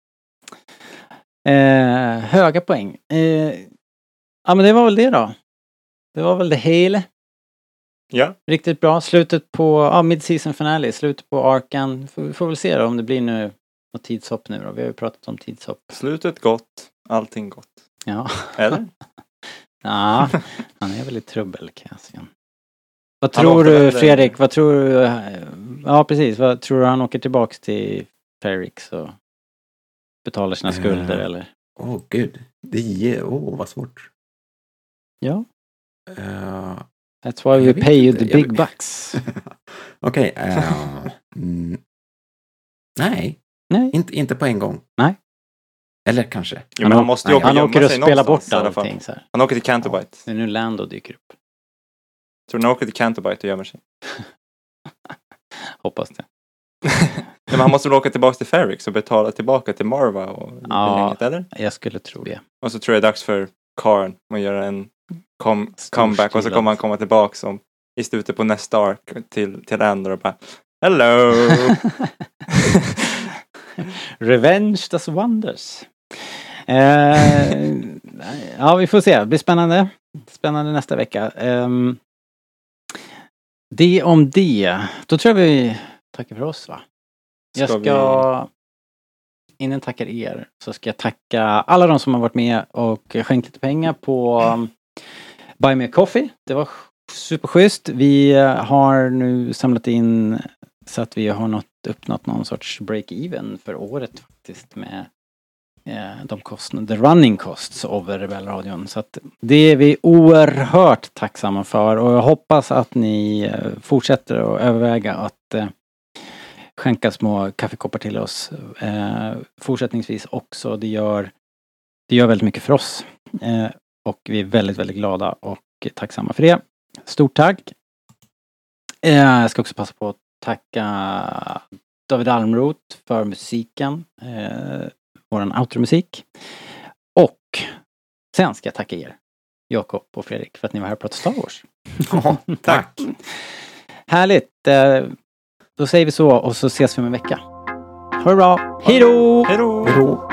Eh, höga poäng. Eh, ja men det var väl det då. Det var väl det hela. Ja. Riktigt bra. Slutet på, ja, mid-season finale. Slutet på arkan. Vi får väl se då om det blir nu något tidshopp nu då. Vi har ju pratat om tidshopp. Slutet gott. Allting gott. Ja. Eller? Ja, han är väl i trubbel, Cassian. Vad tror du, Fredrik? Vad tror du? Ja, precis. Vad tror du han åker tillbaks till Ferrix och betalar sina skulder, uh, eller? Åh, oh, gud. Det är, åh, oh, vad svårt. Ja. Uh, That's why we pay you the big bucks. Okej. Okay, uh, mm, nej. Nej. Inte, inte på en gång. Nej. Eller kanske. Jo, men han, han måste ju han åker och spelar bort allting så här. Han åker till Canterbite. Ja. Nu Lando dyker upp. Tror du han åker till Canterbite och gömmer sig? Hoppas det. Men han måste väl åka tillbaka till Ferrix och betala tillbaka till Marva och ja, gänget, eller? Jag skulle tro det. Och så tror jag det är dags för Karn att göra en com- comeback och så kommer han komma tillbaka som i slutet på nästa ark till, till Andor och bara hello! Revenge does wonders. Eh, ja, vi får se. Det blir spännande. Spännande nästa vecka. Eh, det om det. Då tror jag vi tackar för oss, va? Jag ska, ska vi... innan jag tackar er så ska jag tacka alla de som har varit med och skänkt lite pengar på um, Buy Me a Coffee. Det var superschysst. Vi har nu samlat in så att vi har nått, uppnått någon sorts break-even för året faktiskt med eh, de kostnader, the running costs av Rebellradion. Så att det är vi oerhört tacksamma för och jag hoppas att ni eh, fortsätter att överväga att eh, skänka små kaffekoppar till oss eh, fortsättningsvis också. Det gör, det gör väldigt mycket för oss eh, och vi är väldigt, väldigt glada och tacksamma för det. Stort tack! Eh, jag ska också passa på att tacka David Almroth för musiken, eh, våran outromusik. Och sen ska jag tacka er, Jakob och Fredrik, för att ni var här och pratade Star Wars. Ja, tack! Härligt! Eh, då säger vi så och så ses vi om en vecka. Ha det bra! Hej då! Hej då! Hej då!